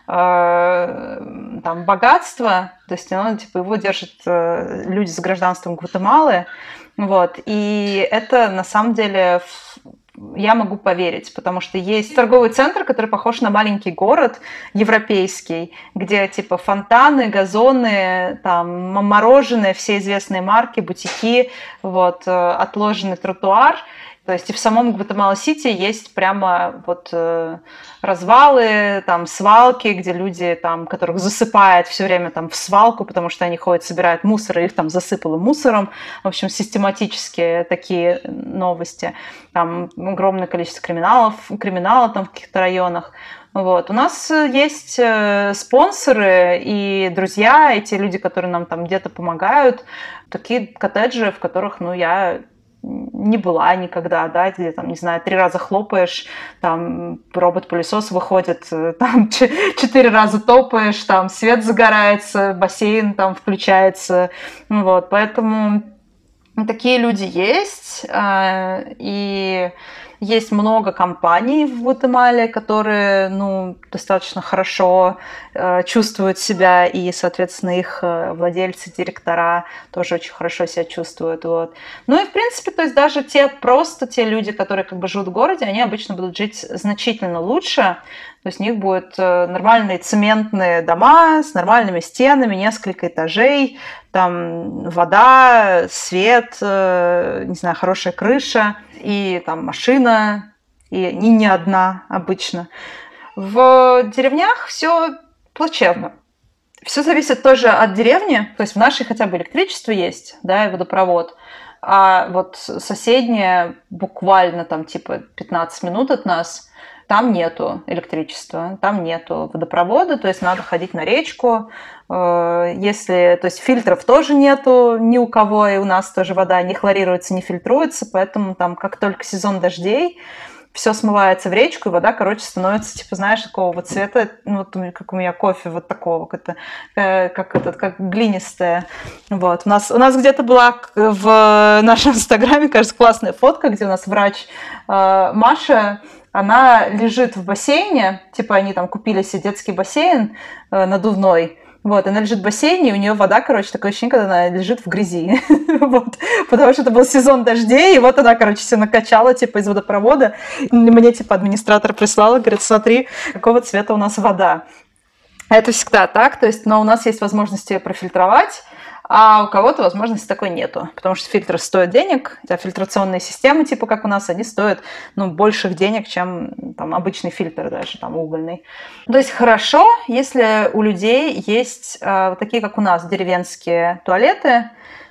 э, там богатство, то есть ну, типа его держат э, люди с гражданством Гватемалы. Вот. И это на самом деле я могу поверить, потому что есть торговый центр, который похож на маленький город европейский, где типа фонтаны, газоны, там мороженое, все известные марки, бутики, вот, отложенный тротуар. То есть и в самом Гватемала-Сити есть прямо вот э, развалы, там свалки, где люди, там, которых засыпает все время там в свалку, потому что они ходят, собирают мусор, и их там засыпало мусором. В общем, систематические такие новости. Там огромное количество криминалов, криминала там в каких-то районах. Вот. У нас есть спонсоры и друзья, и те люди, которые нам там где-то помогают. Такие коттеджи, в которых, ну, я не была никогда, да, где там, не знаю, три раза хлопаешь, там робот-пылесос выходит, там четыре раза топаешь, там свет загорается, бассейн там включается, вот, поэтому такие люди есть, и есть много компаний в Гватемале, которые, ну, достаточно хорошо э, чувствуют себя, и, соответственно, их владельцы, директора тоже очень хорошо себя чувствуют. Вот. Ну и, в принципе, то есть даже те просто те люди, которые как бы живут в городе, они обычно будут жить значительно луше. То есть у них будут нормальные цементные дома с нормальными стенами, несколько этажей, там вода, свет, не знаю, хорошая крыша и там машина, и, и не одна обычно. В деревнях все плачевно. Все зависит тоже от деревни. То есть в нашей хотя бы электричество есть, да, и водопровод. А вот соседняя буквально там типа пятнадцать минут от нас, там нету электричества, там нету водопровода, то есть надо ходить на речку. Если, то есть фильтров тоже нету ни у кого, и у нас тоже вода не хлорируется, не фильтруется, поэтому там как только сезон дождей, все смывается в речку, и вода, короче, становится, типа, знаешь, такого вот цвета, ну, вот как у меня кофе, вот такого, как, это, как, этот, как глинистая. Вот. У нас, у нас где-то была в нашем инстаграме, кажется, классная фотка, где у нас врач э, Маша, она лежит в бассейне, типа они там купили себе детский бассейн э, надувной, вот, она лежит в бассейне, и у нее вода, короче, такое ощущение, когда она лежит в грязи, вот, потому что это был сезон дождей, и вот она, короче, все накачала, типа, из водопровода, мне, типа, администратор прислала, говорит, смотри, какого цвета у нас вода. Это всегда так, то есть, но у нас есть возможность ее профильтровать, а у кого-то возможности такой нету, потому что фильтры стоят денег, а фильтрационные системы, типа как у нас, они стоят, ну, больших денег, чем там обычный фильтр даже, там, угольный. То есть хорошо, если у людей есть э, вот такие, как у нас, деревенские туалеты,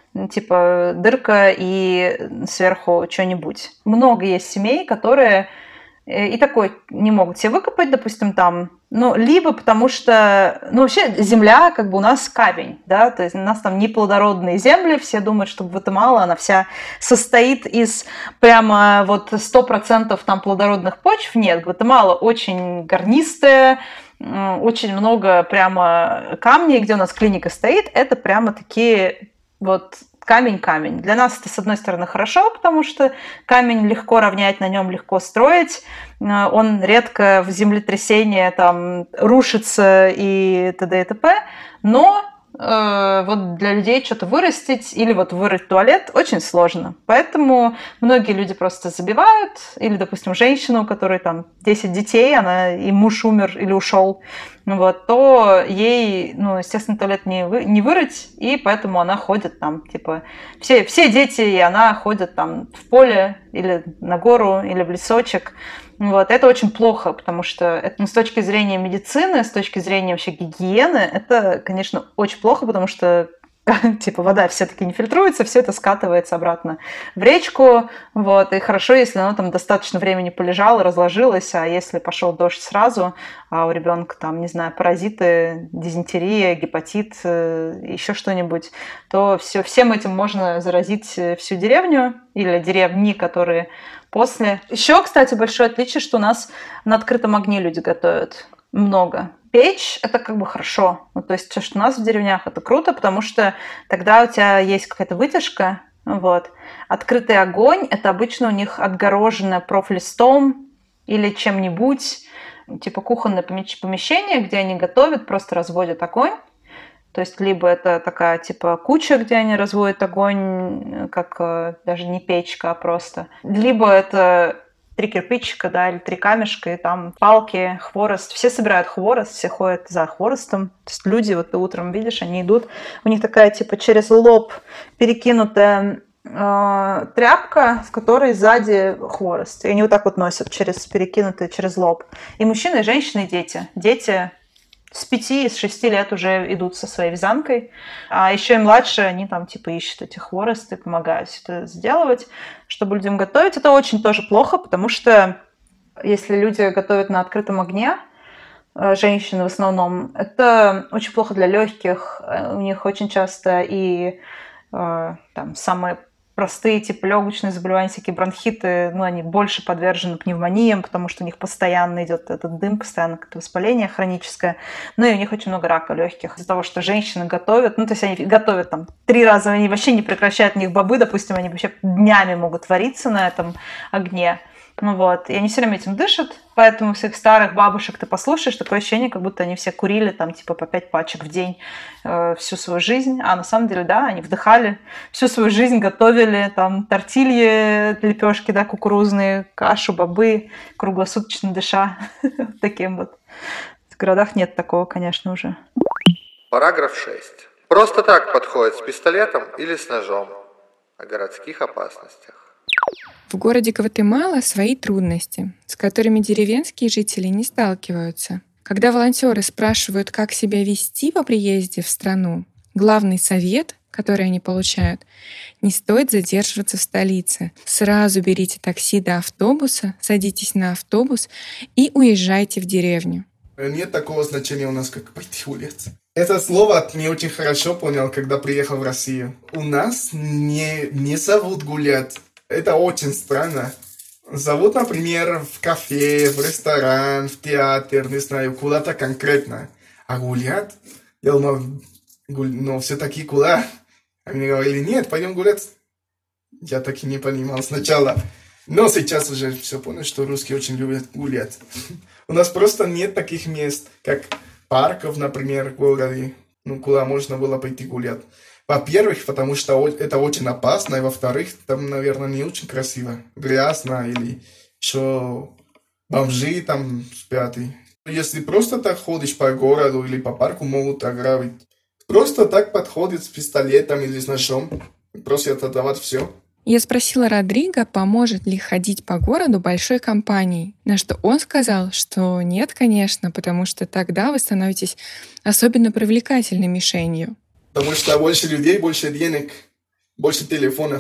типа дырка и сверху что-нибудь. Много есть семей, которые и такой не могут себе выкопать, допустим, там, ну, либо потому что, ну, вообще земля, как бы у нас камень, да, то есть у нас там неплодородные земли, все думают, что Гватемала, она вся состоит из прямо вот сто процентов там плодородных почв. Нет, Гватемала очень горнистая, очень много прямо камней, где у нас клиника стоит, это прямо такие вот камень-камень. Для нас это, с одной стороны, хорошо, потому что камень легко равнять, на нем легко строить. Он редко в землетрясение там рушится и т.д. и т.п. Но э, вот для людей что-то вырастить или вот вырыть туалет очень сложно. Поэтому многие люди просто забивают. Или, допустим, женщина, у которой там десять детей, она, и муж умер или ушел, вот, то ей, ну, естественно, туалет не, вы, не вырыть, и поэтому она ходит там, типа, все, все дети, и она ходит там в поле или на гору, или в лесочек. Вот. Это очень плохо, потому что это, ну, с точки зрения медицины, с точки зрения вообще гигиены, это, конечно, очень плохо, потому что типа вода все-таки не фильтруется, все это скатывается обратно в речку, вот, и хорошо, если оно там достаточно времени полежало, разложилось, а если пошел дождь сразу, а у ребенка там, не знаю, паразиты, дизентерия, гепатит, еще что-нибудь, то все, всем этим можно заразить всю деревню или деревни, которые после. Еще, кстати, большое отличие, что у нас на открытом огне люди готовят много. Печь – это как бы хорошо. Ну, то есть, то, что у нас в деревнях, это круто, потому что тогда у тебя есть какая-то вытяжка. Вот. Открытый огонь – это обычно у них отгороженное профлистом или чем-нибудь, типа кухонное помещение, где они готовят, просто разводят огонь. То есть, либо это такая, типа, куча, где они разводят огонь, как даже не печка, а просто. Либо это три кирпичика, да, или три камешка, и там палки, хворост. Все собирают хворост, все ходят за хворостом. То есть люди, вот ты утром видишь, они идут, у них такая, типа, через лоб перекинутая э, тряпка, в которой сзади хворост. И они вот так вот носят, через перекинутый через лоб. И мужчины, и женщины, и дети. Дети с пяти, с шести лет уже идут со своей вязанкой. А еще и младше, они там типа ищут эти хворосты, помогают все это сделать, чтобы людям готовить. Это очень тоже плохо, потому что если люди готовят на открытом огне, женщины в основном, это очень плохо для легких. У них очень часто и там самые простые типа легочные заболевания, всякие бронхиты, ну, они больше подвержены пневмониям, потому что у них постоянно идет этот дым, постоянно какое-то воспаление хроническое. Ну, и у них очень много рака легких. Из-за того, что женщины готовят, ну, то есть они готовят там три раза, они вообще не прекращают, у них бобы, допустим, они вообще днями могут вариться на этом огне. Ну вот, и они все время этим дышат, поэтому всех старых бабушек ты послушаешь, такое ощущение, как будто они все курили там типа по пять пачек в день э, всю свою жизнь, а на самом деле, да, они вдыхали, всю свою жизнь готовили там тортильи, лепешки, да, кукурузные, кашу, бобы, круглосуточно дыша, таким вот. В городах нет такого, конечно, уже. Параграф шесть. Просто так подходит с пистолетом или с ножом. О городских опасностях. В городе Гватемала свои трудности, с которыми деревенские жители не сталкиваются. Когда волонтеры спрашивают, как себя вести по приезде в страну, главный совет, который они получают, не стоит задерживаться в столице. Сразу берите такси до автобуса, садитесь на автобус и уезжайте в деревню. Нет такого значения у нас, как пойти гулять. Это слово не очень хорошо понял, когда приехал в Россию. У нас не, не зовут гулять. Это очень странно. Зовут, например, в кафе, в ресторан, в театр, не знаю, куда-то конкретно. А гулять? Я думал, гуль... ну, все-таки куда? Они говорили, нет, пойдем гулять. Я так и не понимал сначала. Но сейчас уже все понял, что русские очень любят гулять. У нас просто нет таких мест, как парков, например, в городе, ну, куда можно было пойти гулять. Во-первых, потому что это очень опасно, и во-вторых, там, наверное, не очень красиво, грязно, или еще бомжи там спят. Если просто так ходишь по городу или по парку, могут ограбить. Просто так подходит с пистолетом или с ножом, просят отдавать все. Я спросила Родриго, поможет ли ходить по городу большой компанией, на что он сказал, что нет, конечно, потому что тогда вы становитесь особенно привлекательной мишенью. Потому что больше людей, больше денег, больше телефонов.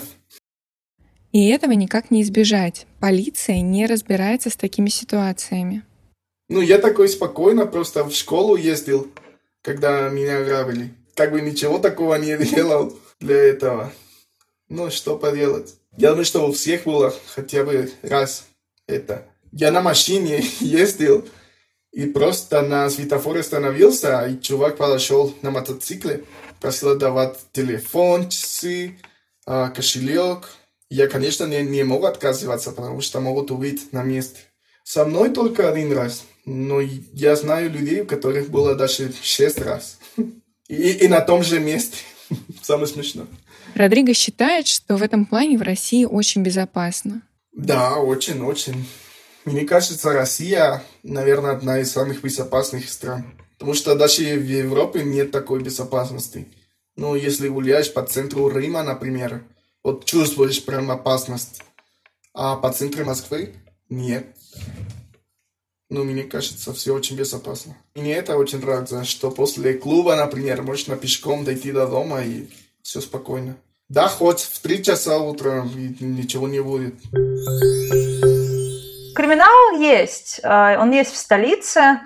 И этого никак не избежать. Полиция не разбирается с такими ситуациями. Ну, я такой спокойно просто в школу ездил, когда меня ограбили. Как бы ничего такого не делал для этого. Ну, что поделать. Я думаю, что у всех было хотя бы раз это. Я на машине ездил и просто на светофоре остановился, и чувак подошел на мотоцикле, просил отдавать телефон, часы, кошелек. Я, конечно, не, не мог отказываться, потому что могут увидеть на месте. Со мной только один раз, но я знаю людей, у которых было даже шесть раз. И, и на том же месте. Самое смешное. Родриго считает, что в этом плане в России очень безопасно. Да, очень-очень. Мне кажется, Россия, наверное, одна из самых безопасных стран. Потому что даже в Европе нет такой безопасности. Ну, если гуляешь по центру Рима, например, вот чувствуешь прям опасность. А по центру Москвы нет. Ну, мне кажется, все очень безопасно. И мне это очень нравится, что после клуба, например, можно пешком дойти до дома и все спокойно. Да, хоть в три часа утра и ничего не будет. Криминал есть. Он есть в столице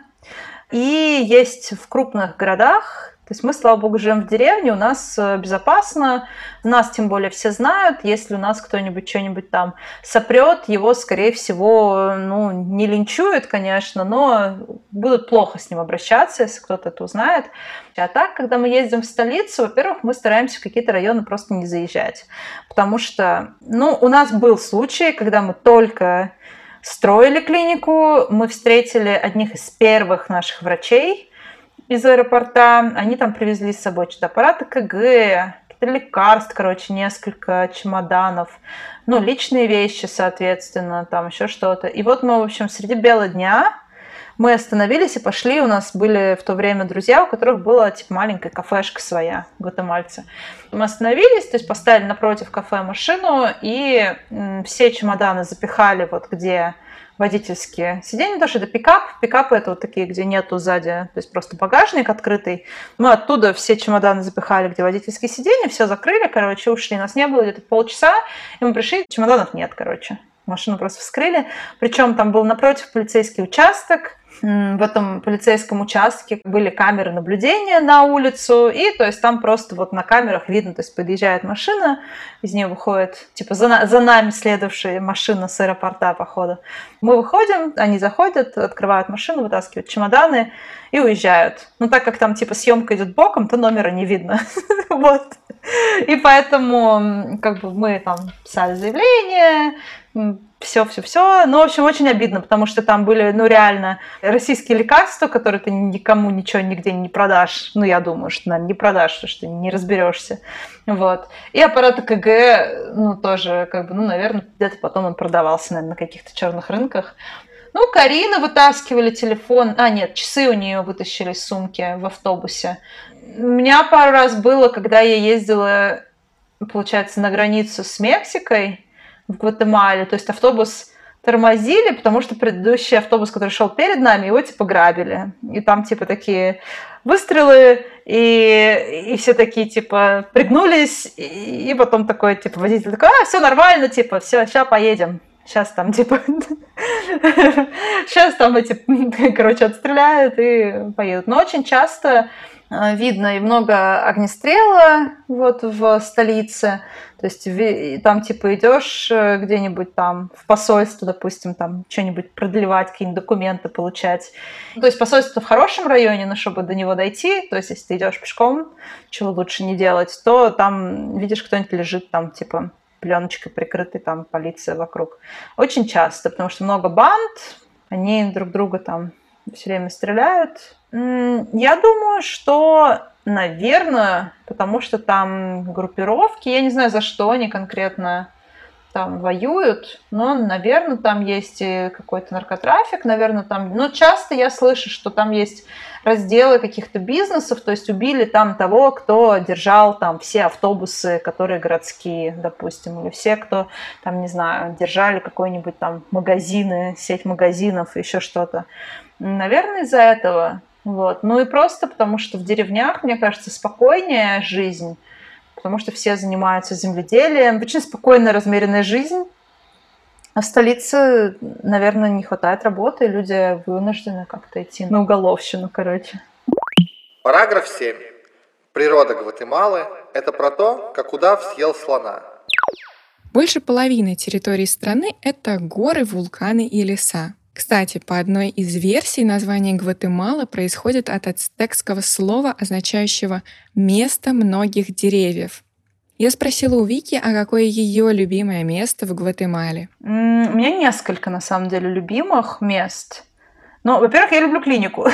и есть в крупных городах. То есть мы, слава богу, живем в деревне, у нас безопасно, нас тем более все знают, если у нас кто-нибудь что-нибудь там сопрет, его, скорее всего, ну, не линчуют, конечно, но будут плохо с ним обращаться, если кто-то это узнает. А так, когда мы ездим в столицу, во-первых, мы стараемся в какие-то районы просто не заезжать, потому что, ну, у нас был случай, когда мы только строили клинику, мы встретили одних из первых наших врачей из аэропорта. Они там привезли с собой что-то аппараты КГ, какие-то лекарств, короче, несколько чемоданов, ну, личные вещи, соответственно, там еще что-то. И вот мы, в общем, среди бела дня мы остановились и пошли. У нас были в то время друзья, у которых была, типа, маленькая кафешка своя, гватемальцы. Мы остановились, то есть поставили напротив кафе машину и все чемоданы запихали вот где водительские сиденья, потому что это пикап. Пикапы это вот такие, где нету сзади, то есть просто багажник открытый. Мы оттуда все чемоданы запихали, где водительские сиденья, все закрыли, короче, ушли. Нас не было где-то полчаса, и мы пришли, чемоданов нет, короче. Машину просто вскрыли. Причем там был напротив полицейский участок. В этом полицейском участке были камеры наблюдения на улицу, и то есть там просто вот на камерах видно, то есть подъезжает машина, из нее выходит, типа за, на, за нами следовавшая машина с аэропорта, походу. Мы выходим, они заходят, открывают машину, вытаскивают чемоданы и уезжают. Но так как там типа съемка идет боком, то номера не видно. Вот. И поэтому как бы мы там писали заявление, все-все-все. Ну, в общем, очень обидно, потому что там были, ну, реально российские лекарства, которые ты никому ничего нигде не продашь. Ну, я думаю, что, наверное, не продашь, потому что не разберешься. Вот. И аппарат ЭКГ, ну, тоже, как бы, ну, наверное, где-то потом он продавался, наверное, на каких-то черных рынках. Ну, Карина вытаскивали телефон. А, нет, часы у нее вытащили из сумки в автобусе. У меня пару раз было, когда я ездила, получается, на границу с Мексикой, в Гватемале, то есть автобус тормозили, потому что предыдущий автобус, который шел перед нами, его типа грабили. И там типа такие выстрелы, и, и все такие типа пригнулись, и, и потом такой типа водитель такой: а, все нормально, типа, все, сейчас поедем. Сейчас там типа, сейчас там эти, короче, отстреляют и поедут. Но очень часто видно и много огнестрела вот в столице. То есть там типа идешь где-нибудь там в посольство, допустим, там что-нибудь продлевать, какие-нибудь документы получать. То есть посольство в хорошем районе, но чтобы до него дойти, то есть если ты идешь пешком, чего лучше не делать, то там видишь, кто-нибудь лежит там типа пленочкой прикрытый, там полиция вокруг. Очень часто, потому что много банд, они друг друга там все время стреляют. Я думаю, что, наверное, потому что там группировки, я не знаю, за что они конкретно там воюют, но, наверное, там есть и какой-то наркотрафик, наверное, там... Но часто я слышу, что там есть разделы каких-то бизнесов, то есть убили там того, кто держал там все автобусы, которые городские, допустим, или все, кто там, не знаю, держали какой-нибудь там магазины, сеть магазинов, еще что-то. Наверное, из-за этого. Вот. Ну и просто потому, что в деревнях, мне кажется, спокойнее жизнь, потому что все занимаются земледелием. Очень спокойная, размеренная жизнь. А в столице, наверное, не хватает работы, и люди вынуждены как-то идти на уголовщину, короче. Параграф семь. Природа Гватемалы – это про то, как удав съел слона. Больше половины территории страны – это горы, вулканы и леса. Кстати, по одной из версий, название Гватемала происходит от ацтекского слова, означающего «место многих деревьев». Я спросила у Вики, а какое ее любимое место в Гватемале. У меня несколько, на самом деле, любимых мест. Ну, во-первых, я люблю клинику,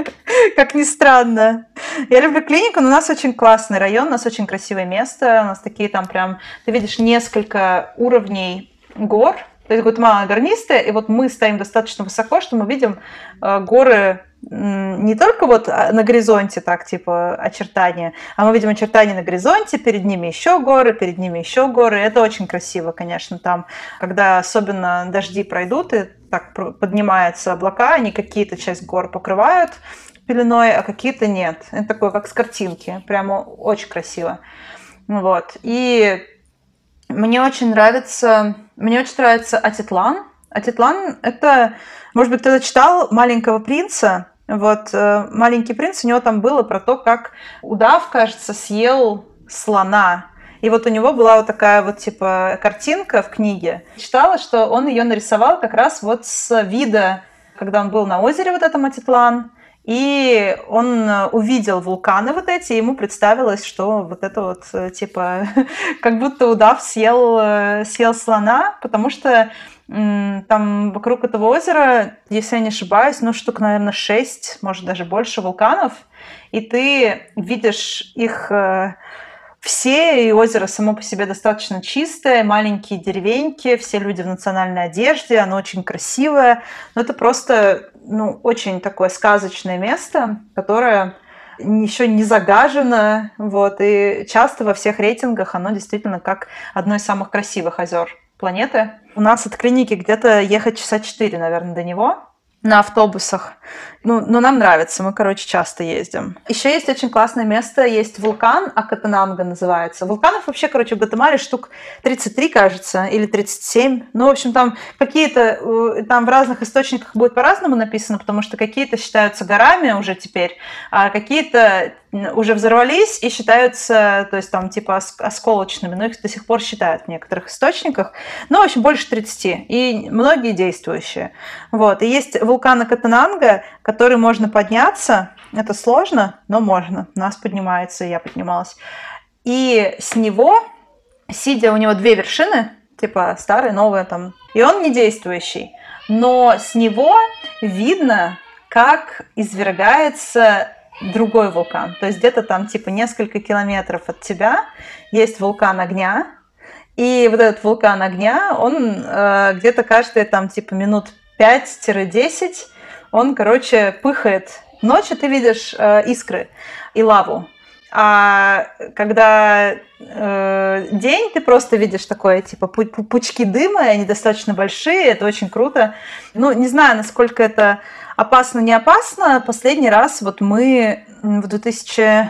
как ни странно. Я люблю клинику, но у нас очень классный район, у нас очень красивое место, у нас такие там прям, ты видишь несколько уровней гор. То есть Гватемала горнистая, и вот мы стоим достаточно высоко, что мы видим э, горы не только вот на горизонте так, типа, очертания, а мы видим очертания на горизонте, перед ними еще горы, перед ними еще горы. Это очень красиво, конечно, там, когда особенно дожди пройдут, и так поднимаются облака, они какие-то часть гор покрывают пеленой, а какие-то нет. Это такое, как с картинки. Прямо очень красиво. Вот. И мне очень нравится, мне очень нравится Атитлан. Атитлан — это, может быть, кто-то читал «Маленького принца». Вот «Маленький принц», у него там было про то, как удав, кажется, съел слона. И вот у него была вот такая вот типа картинка в книге. Читала, что он ее нарисовал как раз вот с вида, когда он был на озере вот этом Атитлан. И он увидел вулканы вот эти, и ему представилось, что вот это вот типа как будто удав съел, съел слона, потому что там вокруг этого озера, если я не ошибаюсь, ну, штук, наверное, шесть, может, даже больше вулканов, и ты видишь их все, и озеро само по себе достаточно чистое, маленькие деревеньки, все люди в национальной одежде, оно очень красивое, но это просто, ну, очень такое сказочное место, которое еще не загажено, вот, и часто во всех рейтингах оно действительно как одно из самых красивых озер планеты. У нас от клиники где-то ехать часа четыре, наверное, до него на автобусах. Ну, но нам нравится, мы, короче, часто ездим. Еще есть очень классное место, есть вулкан, Акатананга называется. Вулканов вообще, короче, в Гватемале штук тридцать три, кажется, или тридцать семь. Ну, в общем, там какие-то, там в разных источниках будет по-разному написано, потому что какие-то считаются горами уже теперь, а какие-то уже взорвались и считаются, то есть там типа осколочными, но их до сих пор считают в некоторых источниках. Ну, в общем, больше тридцати, и многие действующие. Вот. И есть вулкан Акатананга, который можно подняться. Это сложно, но можно. Нас поднимается, я поднималась. И с него, сидя, у него две вершины, типа старые, новые там, и он не действующий. Но с него видно, как извергается другой вулкан. То есть где-то там типа несколько километров от тебя есть вулкан огня. И вот этот вулкан огня, он э, где-то каждые там типа минут пять-десять он, короче, пыхает. Ночью ты видишь э, искры и лаву. А когда э, день, ты просто видишь такое, типа, пучки дыма, и они достаточно большие, это очень круто. Ну, не знаю, насколько это опасно, не опасно. Последний раз вот мы в две тысячи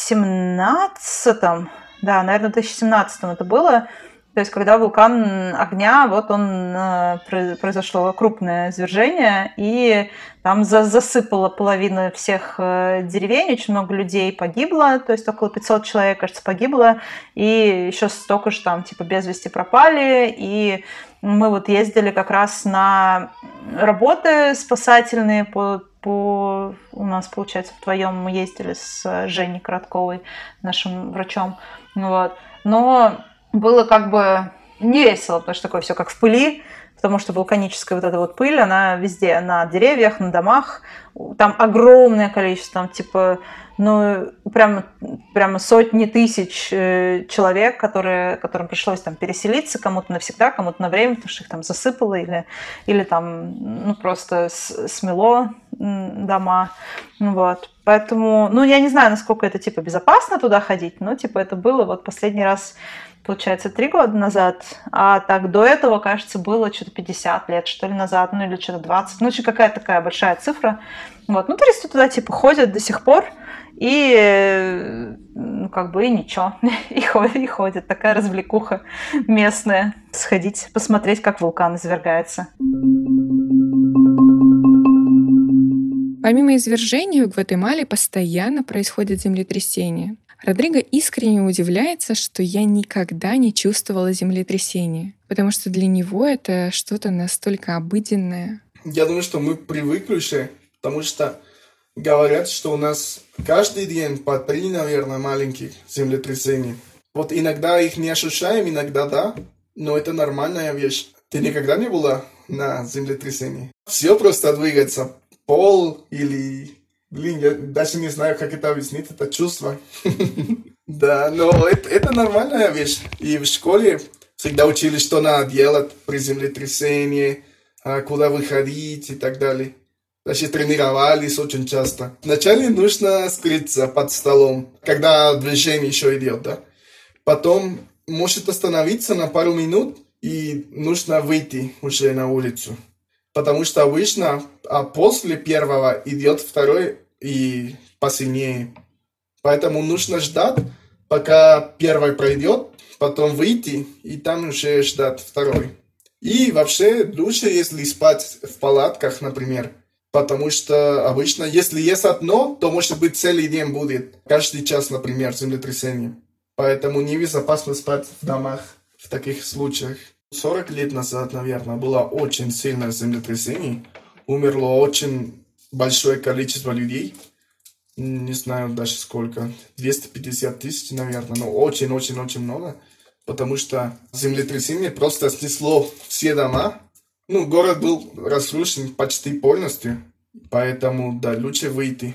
семнадцатом, да, наверное, в две тысячи семнадцатом это было, то есть когда вулкан огня, вот он, произошло крупное извержение, и там засыпало половину всех деревень, очень много людей погибло, то есть около пятьсот человек, кажется, погибло, и еще столько же там типа без вести пропали, и мы вот ездили как раз на работы спасательные по по у нас, получается, вдвоем мы ездили с Женей Коротковой, нашим врачом, вот, но было как бы не весело, потому что такое все как в пыли, потому что вулканическая вот эта вот пыль, она везде, на деревьях, на домах, там огромное количество, там типа, ну, прямо, прямо сотни тысяч человек, которые, которым пришлось там переселиться, кому-то навсегда, кому-то на время, потому что их там засыпало или, или там, ну, просто смело дома, вот. Поэтому, ну, я не знаю, насколько это, типа, безопасно туда ходить, но, типа, это было вот последний раз, получается, три года назад, а так до этого, кажется, было что-то пятьдесят лет, что ли, назад, ну, или что-то двадцать, ну, что какая-то такая большая цифра, вот. Ну, туристы туда, типа, ходят до сих пор, и, ну, как бы, и ничего, и ходят, и ходят, такая развлекуха местная, сходить, посмотреть, как вулкан извергается. Помимо извержений в Гватемале постоянно происходят землетрясения. Родриго искренне удивляется, что я никогда не чувствовала землетрясения, потому что для него это что-то настолько обыденное. Я думаю, что мы привыкли уже, потому что говорят, что у нас каждый день по три, наверное, маленьких землетрясений. Вот иногда их не ощущаем, иногда да, но это нормальная вещь. Ты никогда не была на землетрясении? Все просто двигается. Пол или... Блин, я даже не знаю, как это объяснить, это чувство. Да, но это, это нормальная вещь. И в школе всегда учили, что надо делать при землетрясении, куда выходить и так далее. Даже тренировались очень часто. Вначале нужно скрыться под столом, когда движение еще идет, да. Потом может остановиться на пару минут, и нужно выйти уже на улицу. Потому что обычно а после первого идет второй и посильнее. Поэтому нужно ждать, пока первый пройдет, потом выйти, и там уже ждать второй. И вообще лучше, если спать в палатках, например. Потому что обычно, если есть одно, то, может быть, целый день будет. Каждый час, например, землетрясение. Поэтому небезопасно спать в домах в таких случаях. сорок лет назад, наверное, было очень сильное землетрясение. Умерло очень большое количество людей. Не знаю даже сколько. двести пятьдесят тысяч, наверное. Но очень-очень-очень много. Потому что землетрясение просто снесло все дома. Ну, город был разрушен почти полностью, поэтому, да, лучше выйти.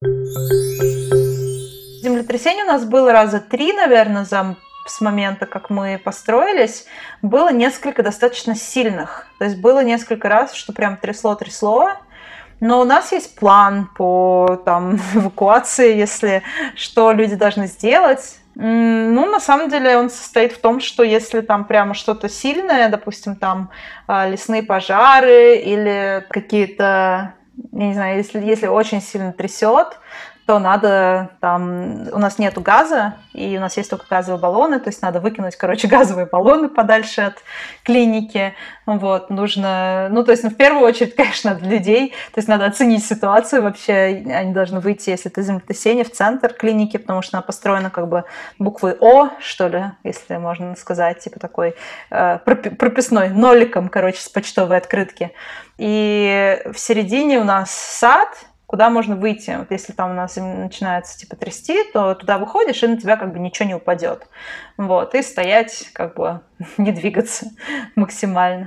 Землетрясение у нас было раза три, наверное, за, с момента, как мы построились. Было несколько достаточно сильных. То есть было несколько раз, что прям трясло-трясло. Но у нас есть план по там, эвакуации, если что люди должны сделать. Ну, на самом деле он состоит в том, что если там прямо что-то сильное, допустим, там лесные пожары или какие-то, я не знаю, если, если очень сильно трясет, то надо там... У нас нету газа, и у нас есть только газовые баллоны, то есть надо выкинуть, короче, газовые баллоны подальше от клиники. Вот, нужно... Ну, то есть, ну, в первую очередь, конечно, для людей, то есть надо оценить ситуацию вообще. Они должны выйти, если это землетрясение, в центр клиники, потому что она построена как бы буквой О, что ли, если можно сказать, типа такой э, прописной, ноликом, короче, с почтовой открытки. И в середине у нас сад, куда можно выйти. Вот если там у нас начинается типа трясти, то туда выходишь, и на тебя как бы ничего не упадет. Вот, и стоять, как бы не двигаться максимально.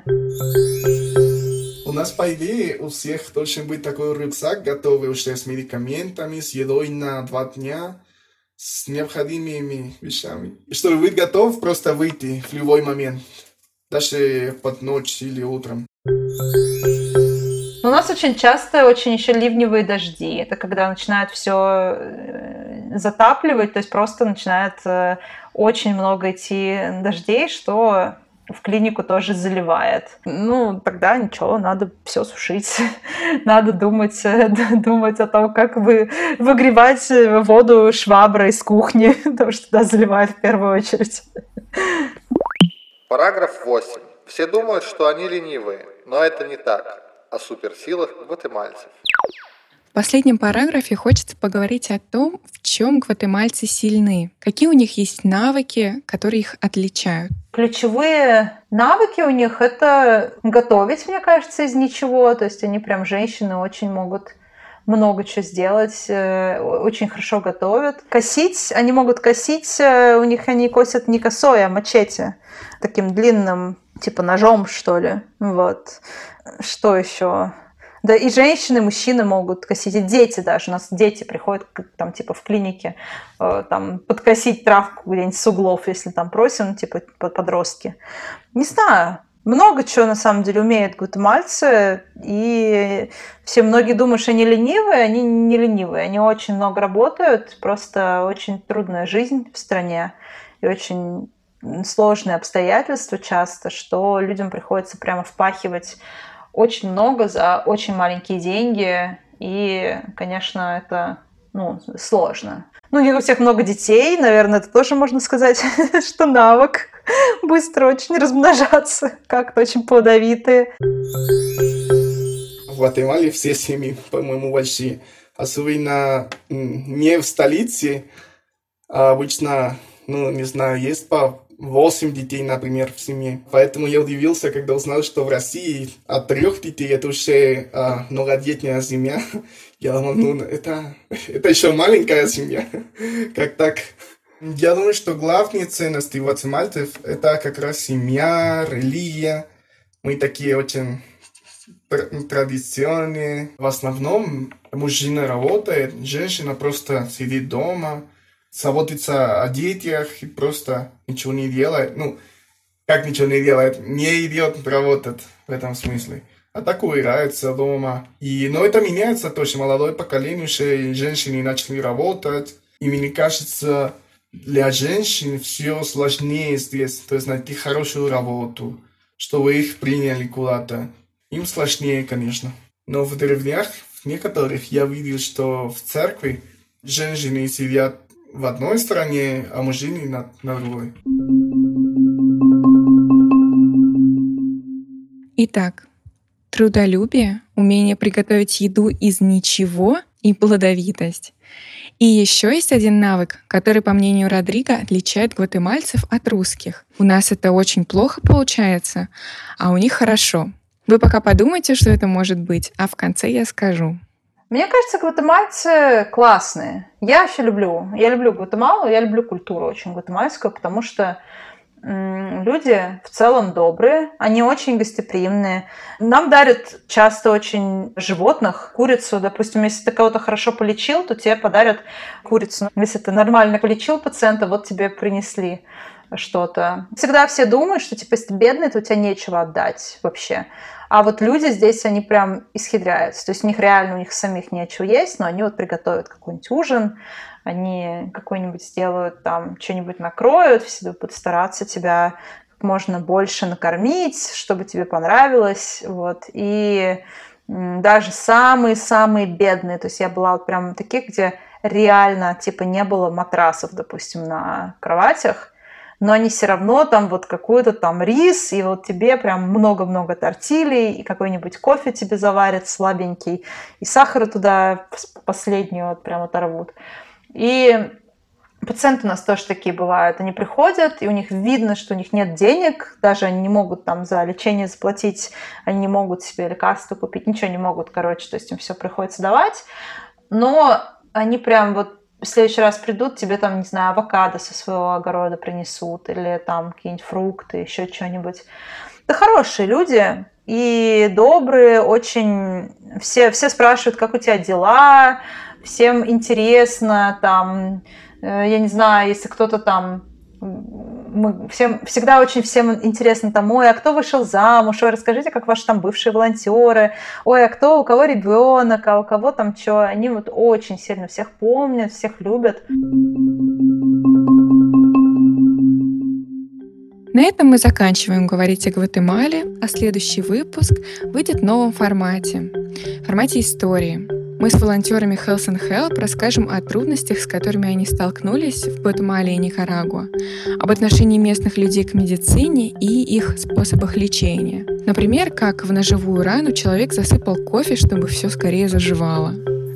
У нас, по идее, у всех должен быть такой рюкзак, готовый уже с медикаментами, с едой на два дня, с необходимыми вещами. Чтобы быть готов просто выйти в любой момент, даже под ночь или утром. У нас очень часто очень еще ливневые дожди. Это когда начинает все затапливать, то есть просто начинает очень много идти дождей, что в клинику тоже заливает. Ну, тогда ничего, надо все сушить. Надо думать, думать о том, как вы выгревать воду шваброй из кухни, потому что туда заливают в первую очередь. Параграф восемь. Все думают, что они ленивые, но это не так. О суперсилах гватемальцев. В последнем параграфе хочется поговорить о том, в чем гватемальцы сильны, какие у них есть навыки, которые их отличают. Ключевые навыки у них — это готовить, мне кажется, из ничего. То есть они прям, женщины, очень могут много чего сделать, очень хорошо готовят. Косить, они могут косить, у них они косят не косой, а мачете, таким длинным, типа ножом, что ли. Вот. Что еще? Да и женщины, и мужчины могут косить, и дети даже. У нас дети приходят там типа в клинике там подкосить травку где-нибудь с углов, если там просим, типа подростки. Не знаю. Много чего на самом деле умеют гватемальцы, и все многие думают, что они ленивые, они не ленивые, они очень много работают, просто очень трудная жизнь в стране и очень сложные обстоятельства часто, что людям приходится прямо впахивать очень много за очень маленькие деньги, и, конечно, это ну, сложно. Ну, у них у всех много детей, наверное, это тоже можно сказать, что навык быстро очень размножаться, как-то очень плодовитые. В Гватемале все семьи, по-моему, большие. Особенно не в столице, а обычно, ну, не знаю, есть по восемь детей, например, в семье. Поэтому я удивился, когда узнал, что в России от трех детей это уже а, многодетная семья. Я думал, ну, это, это еще маленькая семья. Как так? Я думаю, что главные ценности гватемальцев – это как раз семья, религия. Мы такие очень традиционные. В основном мужчина работает, женщина просто сидит дома, заботится о детях и просто ничего не делает. Ну, как ничего не делает? Не идет работать в этом смысле. а так убираются дома. И, но это меняется точно. Молодое поколение уже, женщины начали работать. И мне кажется, для женщин все сложнее здесь. То есть найти хорошую работу, чтобы их приняли куда-то. Им сложнее, конечно. Но в деревнях, в некоторых, я видел, что в церкви женщины сидят в одной стороне, а мужчины на, на другой. Итак, трудолюбие, умение приготовить еду из ничего и плодовитость. И еще есть один навык, который, по мнению Родриго, отличает гватемальцев от русских. У нас это очень плохо получается, а у них хорошо. Вы пока подумайте, что это может быть, а в конце я скажу. Мне кажется, гватемальцы классные. Я еще люблю. Я люблю Гватемалу, я люблю культуру очень гватемальскую, потому что м- люди в целом добрые, они очень гостеприимные. Нам дарят часто очень животных, курицу. Допустим, если ты кого-то хорошо полечил, то тебе подарят курицу. Если ты нормально полечил пациента, вот тебе принесли что-то. Всегда все думают, что типа, если ты бедный, то у тебя нечего отдать вообще. А вот люди здесь, они прям исхитряются. То есть у них реально, у них самих нечего есть, но они вот приготовят какой-нибудь ужин, они какой-нибудь сделают там, что-нибудь накроют, всегда будут стараться тебя как можно больше накормить, чтобы тебе понравилось. Вот. И даже самые-самые бедные, то есть я была вот прям таких, где реально типа не было матрасов, допустим, на кроватях, но они все равно там вот какой-то там рис, и вот тебе прям много-много тортилей, и какой-нибудь кофе тебе заварят слабенький, и сахара туда последнюю вот прям оторвут. И пациенты у нас тоже такие бывают. Они приходят, и у них видно, что у них нет денег, даже они не могут там за лечение заплатить, они не могут себе лекарства купить, ничего не могут, короче, то есть им все приходится давать. Но они прям вот в следующий раз придут, тебе там, не знаю, авокадо со своего огорода принесут, или там какие-нибудь фрукты, еще что-нибудь. Это хорошие люди и добрые, очень... Все, все спрашивают, как у тебя дела, всем интересно, там, я не знаю, если кто-то там... Мы всем, всегда очень всем интересно там, ой, а кто вышел замуж, ой, расскажите, как ваши там бывшие волонтеры, ой, а кто, у кого ребенок, а у кого там что, они вот очень сильно всех помнят, всех любят. На этом мы заканчиваем говорить о Гватемале, а следующий выпуск выйдет в новом формате, в формате истории. Мы с волонтерами Health and Help расскажем о трудностях, с которыми они столкнулись в Гватемале и Никарагуа, об отношении местных людей к медицине и их способах лечения. Например, как в ножевую рану человек засыпал кофе, чтобы все скорее заживало.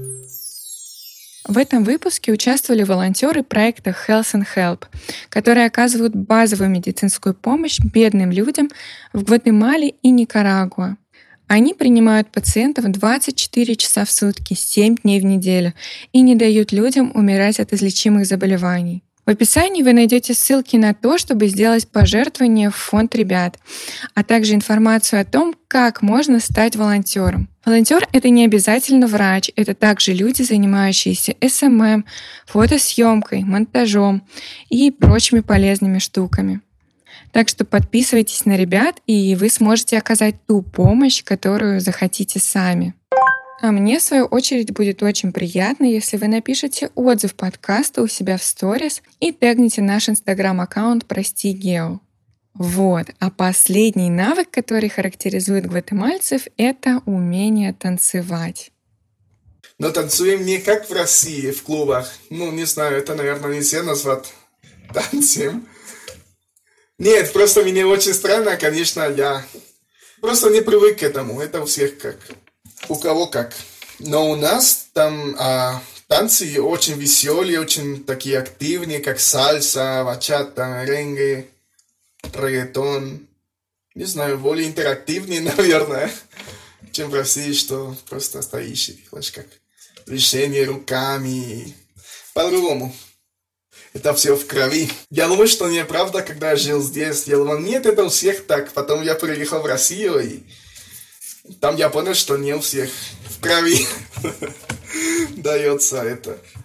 В этом выпуске участвовали волонтеры проекта Health and Help, которые оказывают базовую медицинскую помощь бедным людям в Гватемале и Никарагуа. Они принимают пациентов двадцать четыре часа в сутки, семь дней в неделю и не дают людям умирать от излечимых заболеваний. В описании вы найдете ссылки на то, чтобы сделать пожертвование в фонд ребят, а также информацию о том, как можно стать волонтером. Волонтер — это не обязательно врач, это также люди, занимающиеся эс эм эм, фотосъемкой, монтажом и прочими полезными штуками. Так что подписывайтесь на ребят, и вы сможете оказать ту помощь, которую захотите сами. А мне, в свою очередь, будет очень приятно, если вы напишете отзыв подкаста у себя в сторис и тегните наш инстаграм-аккаунт «Прости, Гео». Вот. А последний навык, который характеризует гватемальцев, это умение танцевать. Но танцуем не как в России, в клубах. Ну, не знаю, это, наверное, нельзя назвать танцем. Нет, просто мне очень странно, конечно, я просто не привык к этому. Это у всех как, у кого как. Но у нас там а, танцы очень веселые, очень такие активные, как сальса, бачата, меренге, реггетон. Не знаю, более интерактивные, наверное, чем в России, что просто стоишь и делаешь как движение руками. По-другому. Это все в крови. Я думаю, что неправда, когда я жил здесь. Я думал, нет, это у всех так. Потом я приехал в Россию, и там я понял, что не у всех в крови дается это.